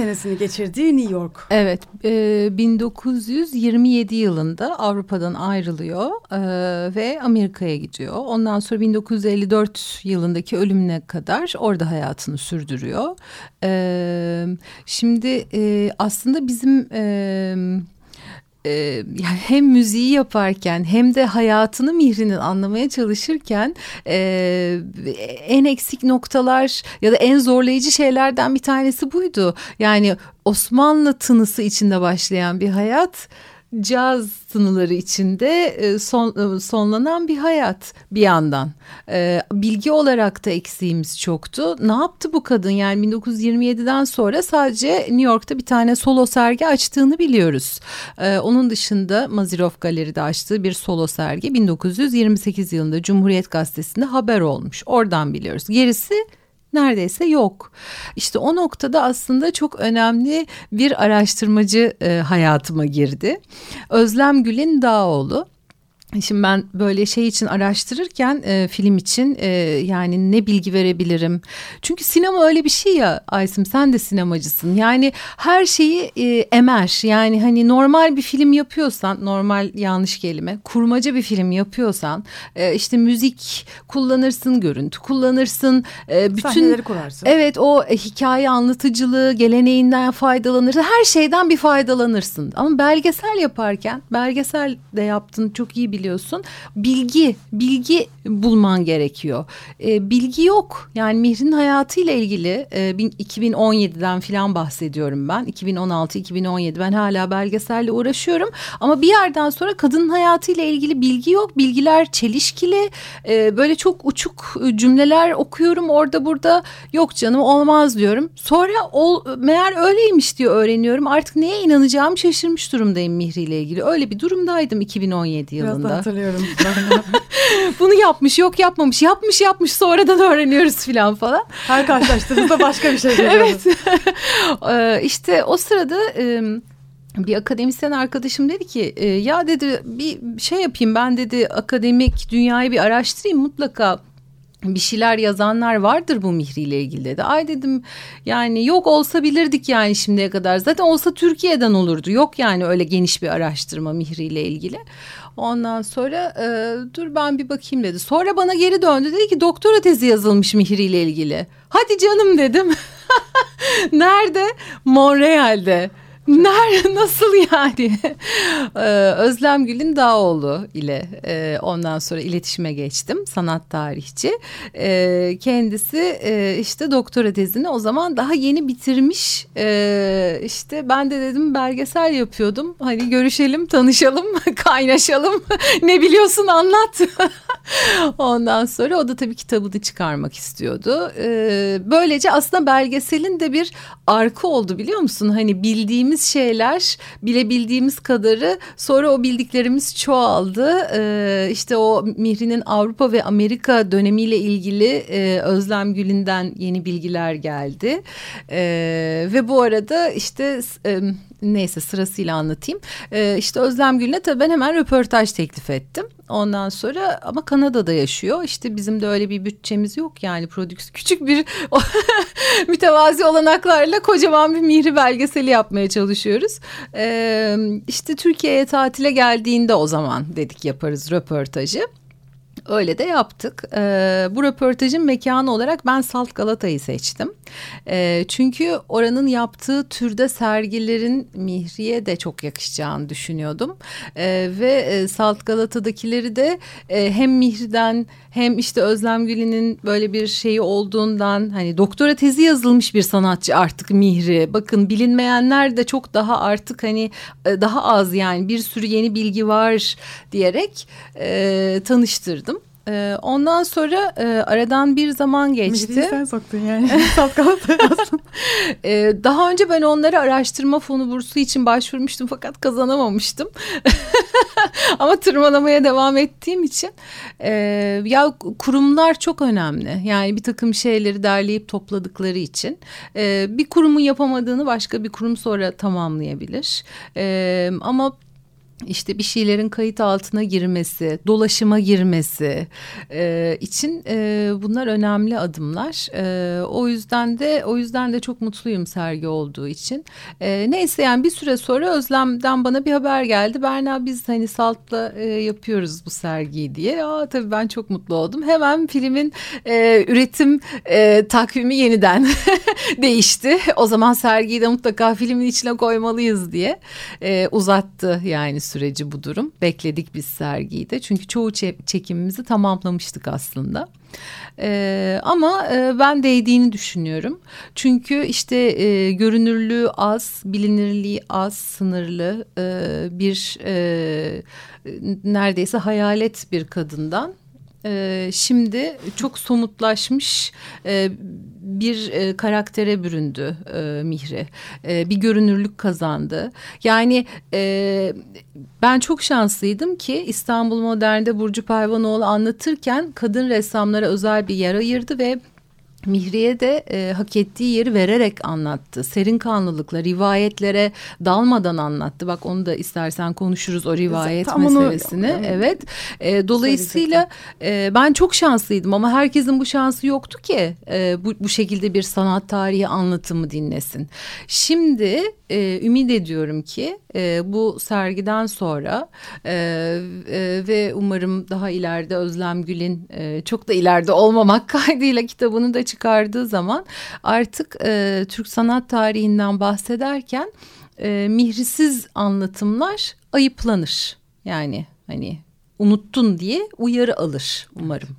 senesini geçirdiği New York. Evet, e, bin dokuz yüz yirmi yedi yılında Avrupa'dan ayrılıyor e, ve Amerika'ya gidiyor. Ondan sonra bin dokuz yüz elli dört yılındaki ölümüne kadar orada hayatını sürdürüyor. E, şimdi e, aslında bizim... E, Ee, yani hem müziği yaparken hem de hayatını Mihri'nin anlamaya çalışırken e, en eksik noktalar ya da en zorlayıcı şeylerden bir tanesi buydu. Yani Osmanlı tınısı içinde başlayan bir hayat, caz tınıları içinde son, sonlanan bir hayat bir yandan. E, bilgi olarak da eksiğimiz çoktu. Ne yaptı bu kadın? Yani bin dokuz yüz yirmi yediden sonra sadece New York'ta bir tane solo sergi açtığını biliyoruz. E, onun dışında Mazirof Galeri'de açtığı bir solo sergi bin dokuz yüz yirmi sekiz yılında Cumhuriyet Gazetesi'nde haber olmuş. Oradan biliyoruz. Gerisi neredeyse yok. İşte o noktada aslında çok önemli bir araştırmacı e, hayatıma girdi. Özlem Gül'in Dağoğlu. Şimdi ben böyle şey için araştırırken e, film için e, yani ne bilgi verebilirim? Çünkü sinema öyle bir şey ya Aysim, sen de sinemacısın. Yani her şeyi e, emer. Yani hani normal bir film yapıyorsan, normal yanlış kelime, kurmaca bir film yapıyorsan e, işte müzik kullanırsın, görüntü kullanırsın. E, bütün sahneleri kurarsın. Evet, o e, hikaye anlatıcılığı geleneğinden faydalanırsın. Her şeyden bir faydalanırsın. Ama belgesel yaparken, belgesel de yaptın çok iyi biliyorsun. Bilgi, bilgi bulman gerekiyor. E, bilgi yok. Yani Mihri'nin hayatıyla ilgili e, iki bin on yediden falan bahsediyorum ben. iki bin on altı iki bin on yedi ben hala belgeselle uğraşıyorum. Ama bir yerden sonra kadının hayatıyla ilgili bilgi yok. Bilgiler çelişkili. E, böyle çok uçuk cümleler okuyorum orada burada. Yok canım, olmaz diyorum. Sonra ol, meğer öyleymiş diye öğreniyorum. Artık neye inanacağımı şaşırmış durumdayım Mihri ile ilgili. Öyle bir durumdaydım iki bin on yedi yılında. Biraz da hatırlıyorum. Bunu yapmış, yok yapmamış, yapmış yapmış sonradan öğreniyoruz filan falan. Her karşılaştığımızda başka bir şey geliyor. Evet. ee, işte o sırada e, bir akademisyen arkadaşım dedi ki e, ya dedi bir şey yapayım ben dedi, akademik dünyayı bir araştırayım, mutlaka bir şeyler yazanlar vardır bu Mihri ile ilgili dedi. Ay dedim, yani yok olsa bilirdik yani şimdiye kadar. Zaten olsa Türkiye'den olurdu. Yok yani öyle geniş bir araştırma Mihri ile ilgili. Ondan sonra e, dur ben bir bakayım dedi. Sonra bana geri döndü, dedi ki doktora tezi yazılmış Mihri ile ilgili. Hadi canım dedim. Nerede? Montreal'de. Nerede, nasıl yani? ee, Özlem Gül'ün Dağoğlu ile e, ondan sonra iletişime geçtim, sanat tarihçi. E, kendisi e, işte doktora tezini o zaman daha yeni bitirmiş. E, işte ben de dedim belgesel yapıyordum. Hani görüşelim, tanışalım, kaynaşalım. Ne biliyorsun anlat. Ondan sonra o da tabii kitabını çıkarmak istiyordu. E, böylece aslında belgeselin de bir arka oldu, biliyor musun? Hani bildiğimiz şeyler, bilebildiğimiz kadarı, sonra o bildiklerimiz çoğaldı. Ee, işte o Mihri'nin Avrupa ve Amerika dönemiyle ilgili e, Özlem Gül'ünden yeni bilgiler geldi. Ee, ve bu arada işte e, neyse sırasıyla anlatayım. Ee, işte Özlem Gül'le tabii ben hemen röportaj teklif ettim. Ondan sonra ama Kanada'da yaşıyor. İşte bizim de öyle bir bütçemiz yok yani, prodüksiyon küçük bir mütevazi olanaklarla kocaman bir Mihri belgeseli yapmaya çalışıyoruz. Ee, işte Türkiye'ye tatile geldiğinde o zaman dedik yaparız röportajı. Öyle de yaptık. Ee, bu röportajın mekanı olarak ben Salt Galata'yı seçtim. Ee, çünkü oranın yaptığı türde sergilerin Mihri'ye de çok yakışacağını düşünüyordum. Ee, ve e, Salt Galata'dakileri de e, hem Mihri'den hem işte Özlem Gül'ün böyle bir şeyi olduğundan, hani doktora tezi yazılmış bir sanatçı artık Mihri. Bakın bilinmeyenler de çok daha artık hani e, daha az, yani bir sürü yeni bilgi var diyerek e, tanıştırdım. Ondan sonra e, aradan bir zaman geçti. Mihri'yi sen soktun yani. Salt Galata'ya aslında. e, daha önce ben onlara araştırma fonu bursu için başvurmuştum fakat kazanamamıştım. Ama tırmalamaya devam ettiğim için e, ya kurumlar çok önemli. Yani bir takım şeyleri derleyip topladıkları için e, bir kurumun yapamadığını başka bir kurum sonra tamamlayabilir. E, ama işte bir şeylerin kayıt altına girmesi, dolaşıma girmesi e, için e, bunlar önemli adımlar. E, o yüzden de o yüzden de çok mutluyum sergi olduğu için. E, neyse yani bir süre sonra Özlem'den bana bir haber geldi. Berna biz hani Salt'la e, yapıyoruz bu sergiyi diye. Aa, tabii ben çok mutlu oldum. Hemen filmin e, üretim e, takvimi yeniden değişti. O zaman sergiyi de mutlaka filmin içine koymalıyız diye e, uzattı yani süreci bu durum. Bekledik biz sergiyi de. Çünkü çoğu çekimimizi tamamlamıştık aslında. Ee, ama e, ben değdiğini düşünüyorum. Çünkü işte e, görünürlüğü az, bilinirliği az, sınırlı e, bir e, neredeyse hayalet bir kadından Ee, şimdi çok somutlaşmış e, bir e, karaktere büründü e, Mihri. E, bir görünürlük kazandı. Yani e, ben çok şanslıydım ki İstanbul Modern'de Burcu Pervanoğlu anlatırken kadın ressamlara özel bir yer ayırdı ve Mihri'ye de e, hak ettiği yeri vererek anlattı. Serin kanlılıkla rivayetlere dalmadan anlattı. Bak onu da istersen konuşuruz o rivayet Tam meselesini. Onu, evet. E, dolayısıyla e, ben çok şanslıydım ama herkesin bu şansı yoktu ki e, bu, bu şekilde bir sanat tarihi anlatımı dinlesin. Şimdi e, ümit ediyorum ki e, bu sergiden sonra e, e, ve umarım daha ileride Özlem Gül'in e, çok da ileride olmamak kaydıyla kitabını da çıkardığı zaman artık e, Türk sanat tarihinden bahsederken e, mihrisiz anlatımlar ayıplanır. Yani hani unuttun diye uyarı alır umarım.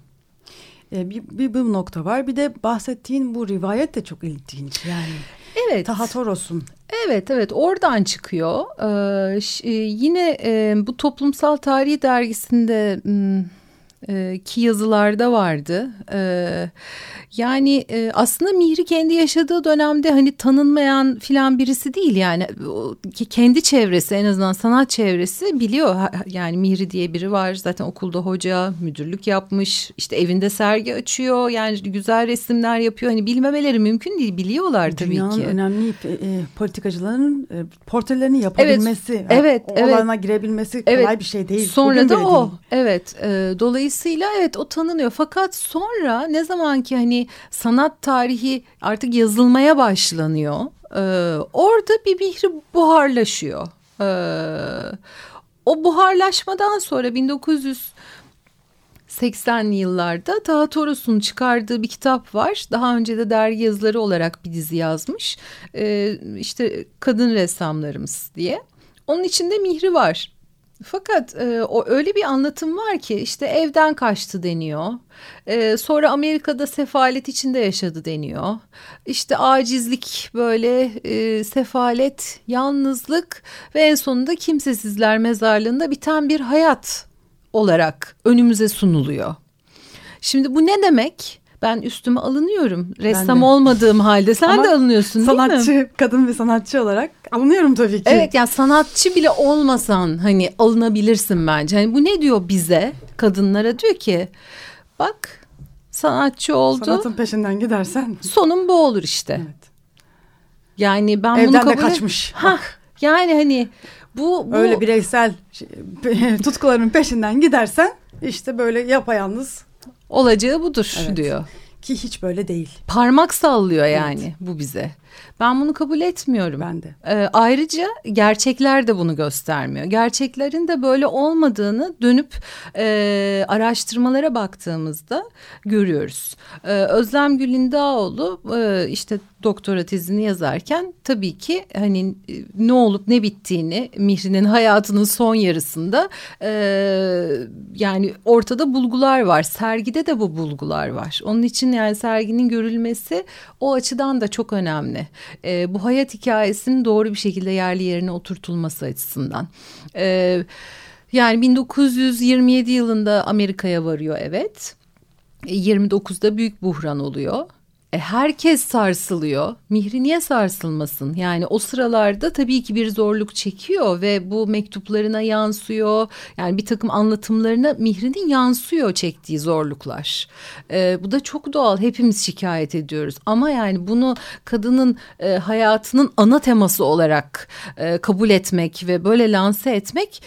E, bir, bir bu nokta var. Bir de bahsettiğin bu rivayet de çok ilginç yani. Evet. Taha Toros'un. Evet evet oradan çıkıyor. Ee, ş- yine e, bu Toplumsal Tarihi dergisinde m, e, ki yazılarda vardı. Ee, yani e, aslında Mihri kendi yaşadığı dönemde hani tanınmayan filan birisi değil yani o, kendi çevresi en azından sanat çevresi biliyor. Ha, yani Mihri diye biri var zaten okulda hoca, müdürlük yapmış, işte evinde sergi açıyor yani güzel resimler yapıyor. Hani bilmemeleri mümkün değil, biliyorlar tabii Dünyanın ki. Dünyanın önemli e, politikacıların e, portrelerini yapabilmesi, evet, evet, o evet. alana girebilmesi kolay evet. bir şey değil. Sonra Bugün da o değil. evet e, dolayısıyla evet o tanınıyor fakat sonra ne zaman ki hani sanat tarihi artık yazılmaya başlanıyor. Ee, orada bir Mihri buharlaşıyor. Ee, o buharlaşmadan sonra bin dokuz yüz seksenli yıllarda Taha Toros'un çıkardığı bir kitap var. Daha önce de dergi yazıları olarak bir dizi yazmış. Ee, işte Kadın Ressamlarımız diye. Onun içinde Mihri var. Fakat e, o öyle bir anlatım var ki işte evden kaçtı deniyor. E, sonra Amerika'da sefalet içinde yaşadı deniyor. İşte acizlik böyle e, sefalet, yalnızlık ve en sonunda kimsesizler mezarlığında biten bir hayat olarak önümüze sunuluyor. Şimdi bu ne demek? Ben üstüme alınıyorum. Ressam olmadığım halde sen Ama de alınıyorsun değil mi? Sanatçı, kadın ve sanatçı olarak alınıyorum tabii ki. Evet yani sanatçı bile olmasan hani alınabilirsin bence. Hani bu ne diyor bize kadınlara diyor ki bak sanatçı oldu. Sanatın peşinden gidersen. Sonun bu olur işte. Evet. Yani ben Evden bunu kabul de kaçmış. Ha, yani hani bu, bu... Öyle bireysel tutkuların peşinden gidersen işte böyle yapayalnız. Olacağı budur evet. diyor. Ki hiç böyle değil. Parmak sallıyor yani evet. bu bize. Ben bunu kabul etmiyorum. Ben de. Ee, ayrıca gerçekler de bunu göstermiyor. Gerçeklerin de böyle olmadığını dönüp e, araştırmalara baktığımızda görüyoruz. Ee, Özlem Gül'indaoğlu e, işte doktora tezini yazarken tabii ki hani ne olup ne bittiğini Mihri'nin hayatının son yarısında e, yani ortada bulgular var. Sergide de bu bulgular var. Onun için yani serginin görülmesi o açıdan da çok önemli. E, bu hayat hikayesinin doğru bir şekilde yerli yerine oturtulması açısından. E, yani bin dokuz yüz yirmi yedi yılında Amerika'ya varıyor evet. E, yirmi dokuzda büyük buhran oluyor. E, herkes sarsılıyor. Mihri niye sarsılmasın? Yani o sıralarda tabii ki bir zorluk çekiyor ve bu mektuplarına yansıyor. Yani bir takım anlatımlarına Mihri'nin yansıyor çektiği zorluklar. E, bu da çok doğal. Hepimiz şikayet ediyoruz. Ama yani bunu kadının e, hayatının ana teması olarak e, kabul etmek ve böyle lanse etmek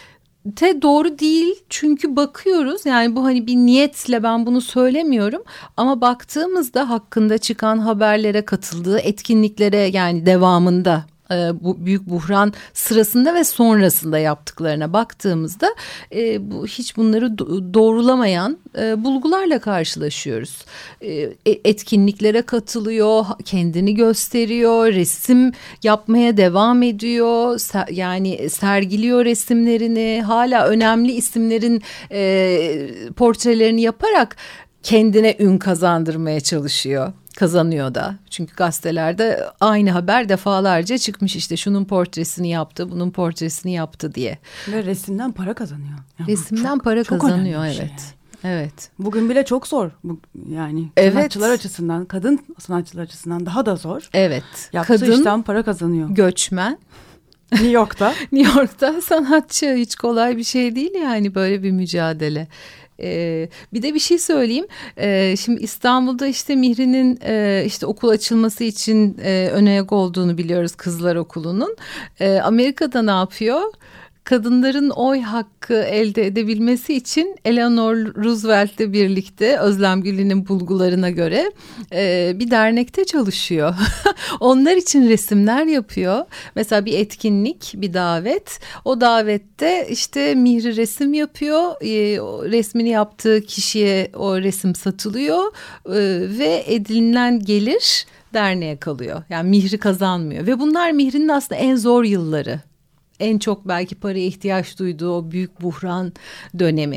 te doğru değil, çünkü bakıyoruz, yani bu hani bir niyetle ben bunu söylemiyorum ama baktığımızda hakkında çıkan haberlere, katıldığı etkinliklere, yani devamında bu büyük buhran sırasında ve sonrasında yaptıklarına baktığımızda e, bu hiç bunları do- doğrulamayan e, bulgularla karşılaşıyoruz. E, etkinliklere katılıyor, kendini gösteriyor, resim yapmaya devam ediyor, ser, yani sergiliyor resimlerini, hala önemli isimlerin e, portrelerini yaparak kendine ün kazandırmaya çalışıyor. Kazanıyor da. Çünkü gazetelerde aynı haber defalarca çıkmış, işte şunun portresini yaptı, bunun portresini yaptı diye. Ve resimden para kazanıyor. Yani resimden çok, para çok kazanıyor, evet. Şey yani. Evet. Bugün bile çok zor. Bu, yani evet. sanatçılar açısından, kadın sanatçılar açısından daha da zor. Evet. Yaptığı kadın işten para kazanıyor. Göçmen. New York'ta. New York'ta sanatçı, hiç kolay bir şey değil yani böyle bir mücadele. Ee, bir de bir şey söyleyeyim. Ee, şimdi İstanbul'da işte Mihri'nin e, işte okul açılması için e, önayak olduğunu biliyoruz, kızlar okulunun. Ee, Amerika'da ne yapıyor? Kadınların oy hakkı elde edebilmesi için Eleanor Roosevelt'le birlikte, Özlem Gül'ün bulgularına göre e, bir dernekte çalışıyor. Onlar için resimler yapıyor. Mesela bir etkinlik, bir davet. O davette işte Mihri resim yapıyor. E, o resmini yaptığı kişiye o resim satılıyor e, ve edinilen gelir derneğe kalıyor. Yani Mihri kazanmıyor ve bunlar Mihri'nin aslında en zor yılları. En çok belki paraya ihtiyaç duyduğu o büyük buhran dönemi.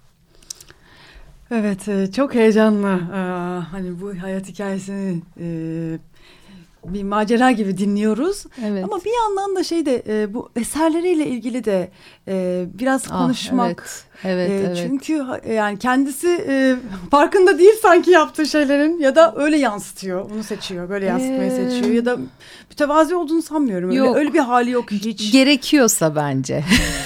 Evet, çok heyecanlı. Hani bu hayat hikayesini bir macera gibi dinliyoruz. Evet. Ama bir yandan da şey de bu eserleriyle ilgili de biraz konuşmak. Ah, evet. Evet, e, evet. Çünkü yani kendisi e, farkında değil sanki yaptığı şeylerin, ya da öyle yansıtıyor, onu seçiyor, böyle yansıtmayı ee... seçiyor, ya da mütevazi olduğunu sanmıyorum. Öyle, yok. öyle bir hali yok hiç. Gerekiyorsa bence.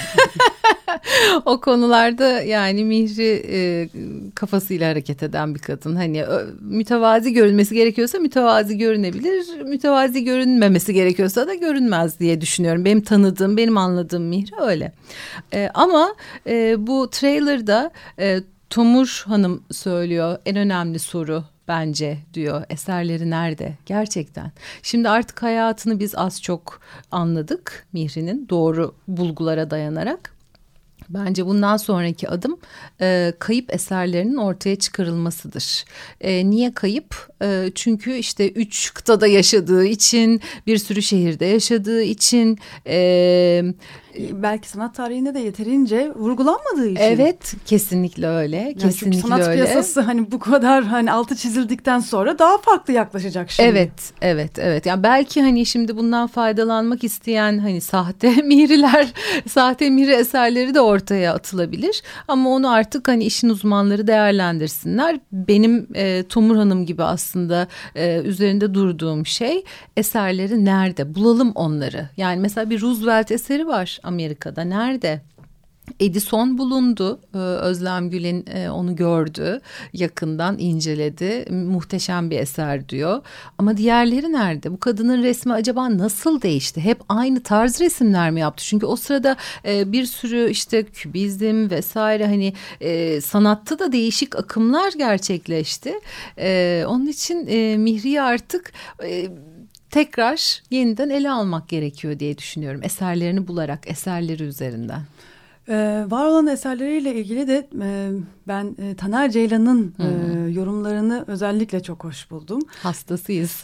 O konularda yani Mihri e, kafasıyla hareket eden bir kadın. Hani ö, mütevazi görünmesi gerekiyorsa mütevazi görünebilir. Mütevazi görünmemesi gerekiyorsa da görünmez diye düşünüyorum. Benim tanıdığım, benim anladığım Mihri öyle. E, ama e, bu trailer'da e, Tomur Hanım söylüyor, en önemli soru bence diyor, eserleri nerede gerçekten. Şimdi artık hayatını biz az çok anladık Mihri'nin, doğru bulgulara dayanarak. Bence bundan sonraki adım e, kayıp eserlerinin ortaya çıkarılmasıdır. E, niye kayıp? E, çünkü işte üç kıtada yaşadığı için, bir sürü şehirde yaşadığı için... E, belki sanat tarihinde de yeterince vurgulanmadığı için. Evet, kesinlikle öyle. Yani kesinlikle çünkü sanat öyle. piyasası hani bu kadar hani altı çizildikten sonra daha farklı yaklaşacak şimdi. Evet, evet, evet. Yani belki hani şimdi bundan faydalanmak isteyen hani sahte mihriler, sahte mihri eserleri de ortaya atılabilir. Ama onu artık hani işin uzmanları değerlendirsinler. Benim e, Tomur Hanım gibi aslında e, üzerinde durduğum şey, eserleri nerede? Bulalım onları. Yani mesela bir Roosevelt eseri var Amerika'da. Nerede? Edison bulundu. Özlem Gül'ün onu gördü, yakından inceledi. Muhteşem bir eser diyor. Ama diğerleri nerede? Bu kadının resmi acaba nasıl değişti? Hep aynı tarz resimler mi yaptı? Çünkü o sırada bir sürü işte kübizm vesaire, hani sanatta da değişik akımlar gerçekleşti. Onun için Mihri'yi artık tekrar yeniden ele almak gerekiyor diye düşünüyorum. Eserlerini bularak, eserleri üzerinden. Ee, var olan eserleriyle ilgili de e, ben e, Taner Ceylan'ın e, yorumlarını özellikle çok hoş buldum. Hastasıyız.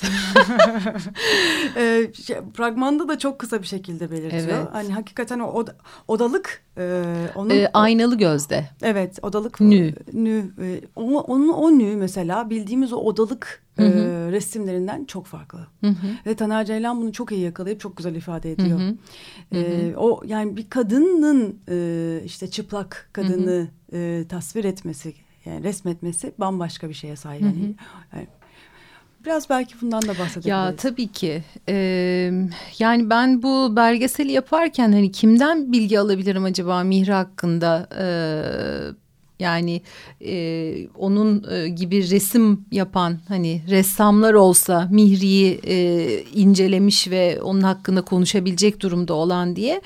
e, şey, fragmanda da çok kısa bir şekilde belirtiyor. Evet. Hani hakikaten o oda, odalık e, onun e, aynalı gözde. Evet, odalık nü. nü e, o, onun o nü mesela bildiğimiz o odalık Hı hı. E, resimlerinden çok farklı. Hı hı. Ve Taner Ceylan bunu çok iyi yakalayıp çok güzel ifade ediyor. Hı hı. E, hı hı. O yani bir kadının e, işte çıplak kadını hı hı. E, tasvir etmesi, yani resmetmesi bambaşka bir şeye sahip. Hı hı. Yani, yani biraz belki bundan da bahsedebiliriz. Ya tabii ki. Ee, yani ben bu belgeseli yaparken hani kimden bilgi alabilirim acaba Mihri hakkında? Ee, Yani e, onun e, gibi resim yapan hani ressamlar olsa Mihri'yi e, incelemiş ve onun hakkında konuşabilecek durumda olan diye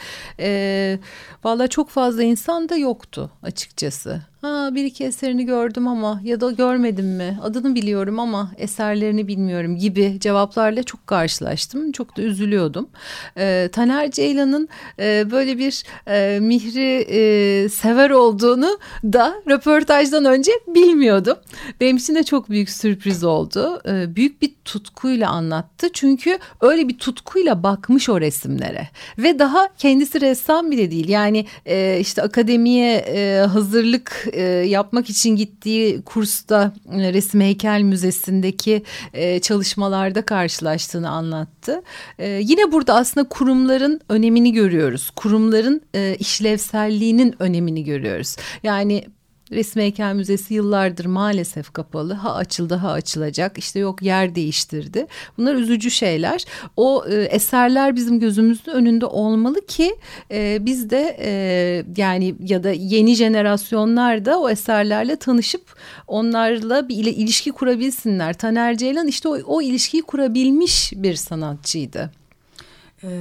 e, vallahi çok fazla insan da yoktu açıkçası. Ha, bir iki eserini gördüm ama ya da görmedim mi? Adını biliyorum ama eserlerini bilmiyorum gibi cevaplarla çok karşılaştım. Çok da üzülüyordum. Ee, Taner Ceylan'ın e, böyle bir e, Mihri e, sever olduğunu da röportajdan önce bilmiyordum. Benim için de çok büyük sürpriz oldu. Ee, büyük bir tutkuyla anlattı. Çünkü öyle bir tutkuyla bakmış o resimlere. Ve daha kendisi ressam bile değil. Yani e, işte akademiye e, hazırlık e, yapmak için gittiği kursta e, Resim Heykel Müzesi'ndeki e, çalışmalarda karşılaştığını anlattı. E, yine burada aslında kurumların önemini görüyoruz. Kurumların e, işlevselliğinin önemini görüyoruz. Yani Resim Heykel Müzesi yıllardır maalesef kapalı. Ha açıldı, ha açılacak. İşte yok yer değiştirdi. Bunlar üzücü şeyler. O e, eserler bizim gözümüzün önünde olmalı ki e, biz de e, yani ya da yeni jenerasyonlar da o eserlerle tanışıp onlarla bir ile, ilişki kurabilsinler. Taner Ceylan işte o, o ilişkiyi kurabilmiş bir sanatçıydı. Ee,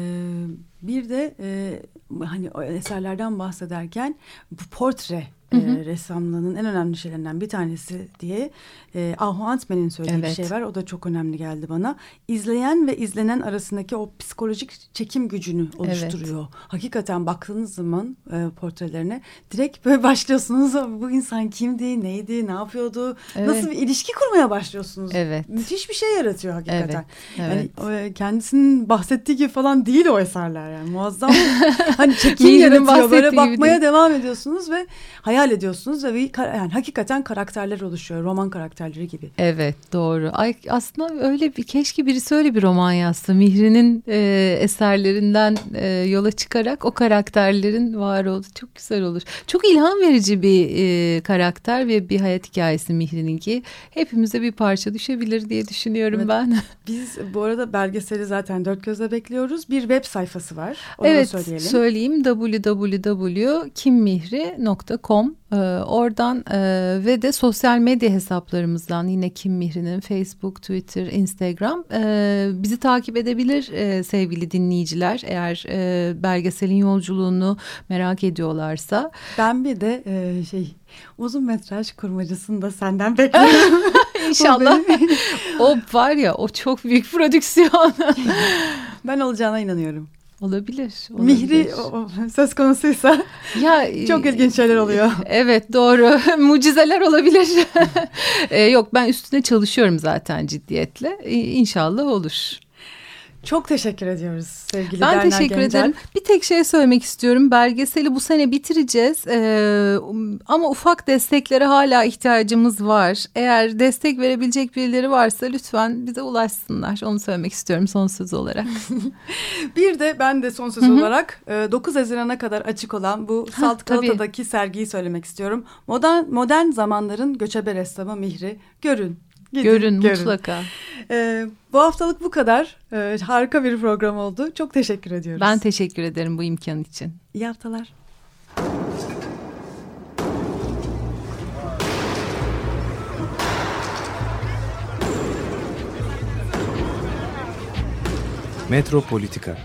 bir de e, hani o eserlerden bahsederken bu portre Hı hı. E, ressamlığının en önemli şeylerinden bir tanesi diye e, Ahu Antmen'in söylediği evet. bir şey var. O da çok önemli geldi bana. İzleyen ve izlenen arasındaki o psikolojik çekim gücünü oluşturuyor. Evet. Hakikaten baktığınız zaman e, portrelerine direkt böyle başlıyorsunuz. Bu insan kimdi, neydi, ne yapıyordu? Evet. Nasıl bir ilişki kurmaya başlıyorsunuz? Evet. Müthiş bir şey yaratıyor hakikaten. Evet. Evet. Yani, kendisinin bahsettiği gibi falan değil o eserler yani. Muazzam hani çekim yaratıyor. Böyle bakmaya değil. Devam ediyorsunuz ve hayal ediyorsunuz ve yani hakikaten karakterler oluşuyor. Roman karakterleri gibi. Evet, doğru. Ay, aslında öyle bir keşke birisi öyle bir roman yazsa. Mihri'nin e, eserlerinden e, yola çıkarak o karakterlerin var olduğu çok güzel olur. Çok ilham verici bir e, karakter ve bir hayat hikayesi Mihri'ninki. Hepimize bir parça düşebilir diye düşünüyorum evet. ben. Biz bu arada belgeseli zaten dört gözle bekliyoruz. Bir web sayfası var. Onu evet, da söyleyelim. söyleyeyim. double-u double-u double-u nokta kimmihri nokta com Ee, oradan e, ve de sosyal medya hesaplarımızdan yine Kim Mihri'nin Facebook, Twitter, Instagram e, bizi takip edebilir e, sevgili dinleyiciler. Eğer e, belgeselin yolculuğunu merak ediyorlarsa. Ben bir de e, şey uzun metraj kurmacısını da senden bekliyorum. İnşallah. O var ya o çok büyük prodüksiyon. Ben olacağına inanıyorum. Olabilir, olabilir. Mihri o, o, söz konusuysa ya, çok ilginç şeyler oluyor. Evet doğru. Mucizeler olabilir. ee, yok ben üstüne çalışıyorum zaten ciddiyetle. Ee, İnşallah olur. Çok teşekkür ediyoruz sevgili Ben Berna teşekkür Gencer. ederim. Bir tek şey söylemek istiyorum. Belgeseli bu sene bitireceğiz. Ee, ama ufak desteklere hala ihtiyacımız var. Eğer destek verebilecek birileri varsa lütfen bize ulaşsınlar. Onu söylemek istiyorum son söz olarak. Bir de ben de son söz Hı-hı. olarak dokuz Haziran'a kadar açık olan bu Salt Galata'daki sergiyi söylemek istiyorum. Modern, modern zamanların göçebe ressamı Mihri. Görün. Gidin, görün, görün mutlaka. Ee, bu haftalık bu kadar. Ee, harika bir program oldu. Çok teşekkür ediyoruz. Ben teşekkür ederim bu imkan için. İyi haftalar. Metropolitika.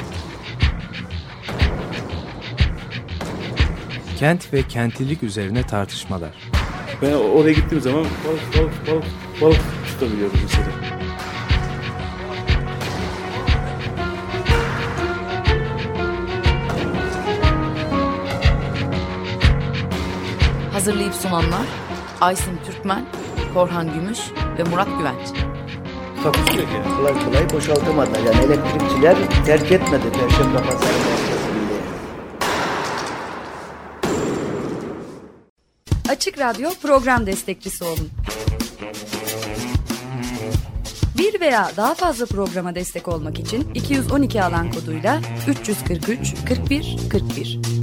Kent ve kentlilik üzerine tartışmalar. Ben oraya gittiğim zaman balık balık balık balık tutabiliyorum mesela. Hazırlayıp sunanlar Aysin Türkmen, Korhan Gümüş ve Murat Güvenç. Takusuyor yani. Kolay kolay boşaltamadılar. Yani elektrikçiler terk etmedi Perşembe Pazarı merkezinde. Açık Radyo program destekçisi olun. Bir veya daha fazla programa destek olmak için iki yüz on iki alan koduyla üç yüz kırk üç kırk bir kırk bir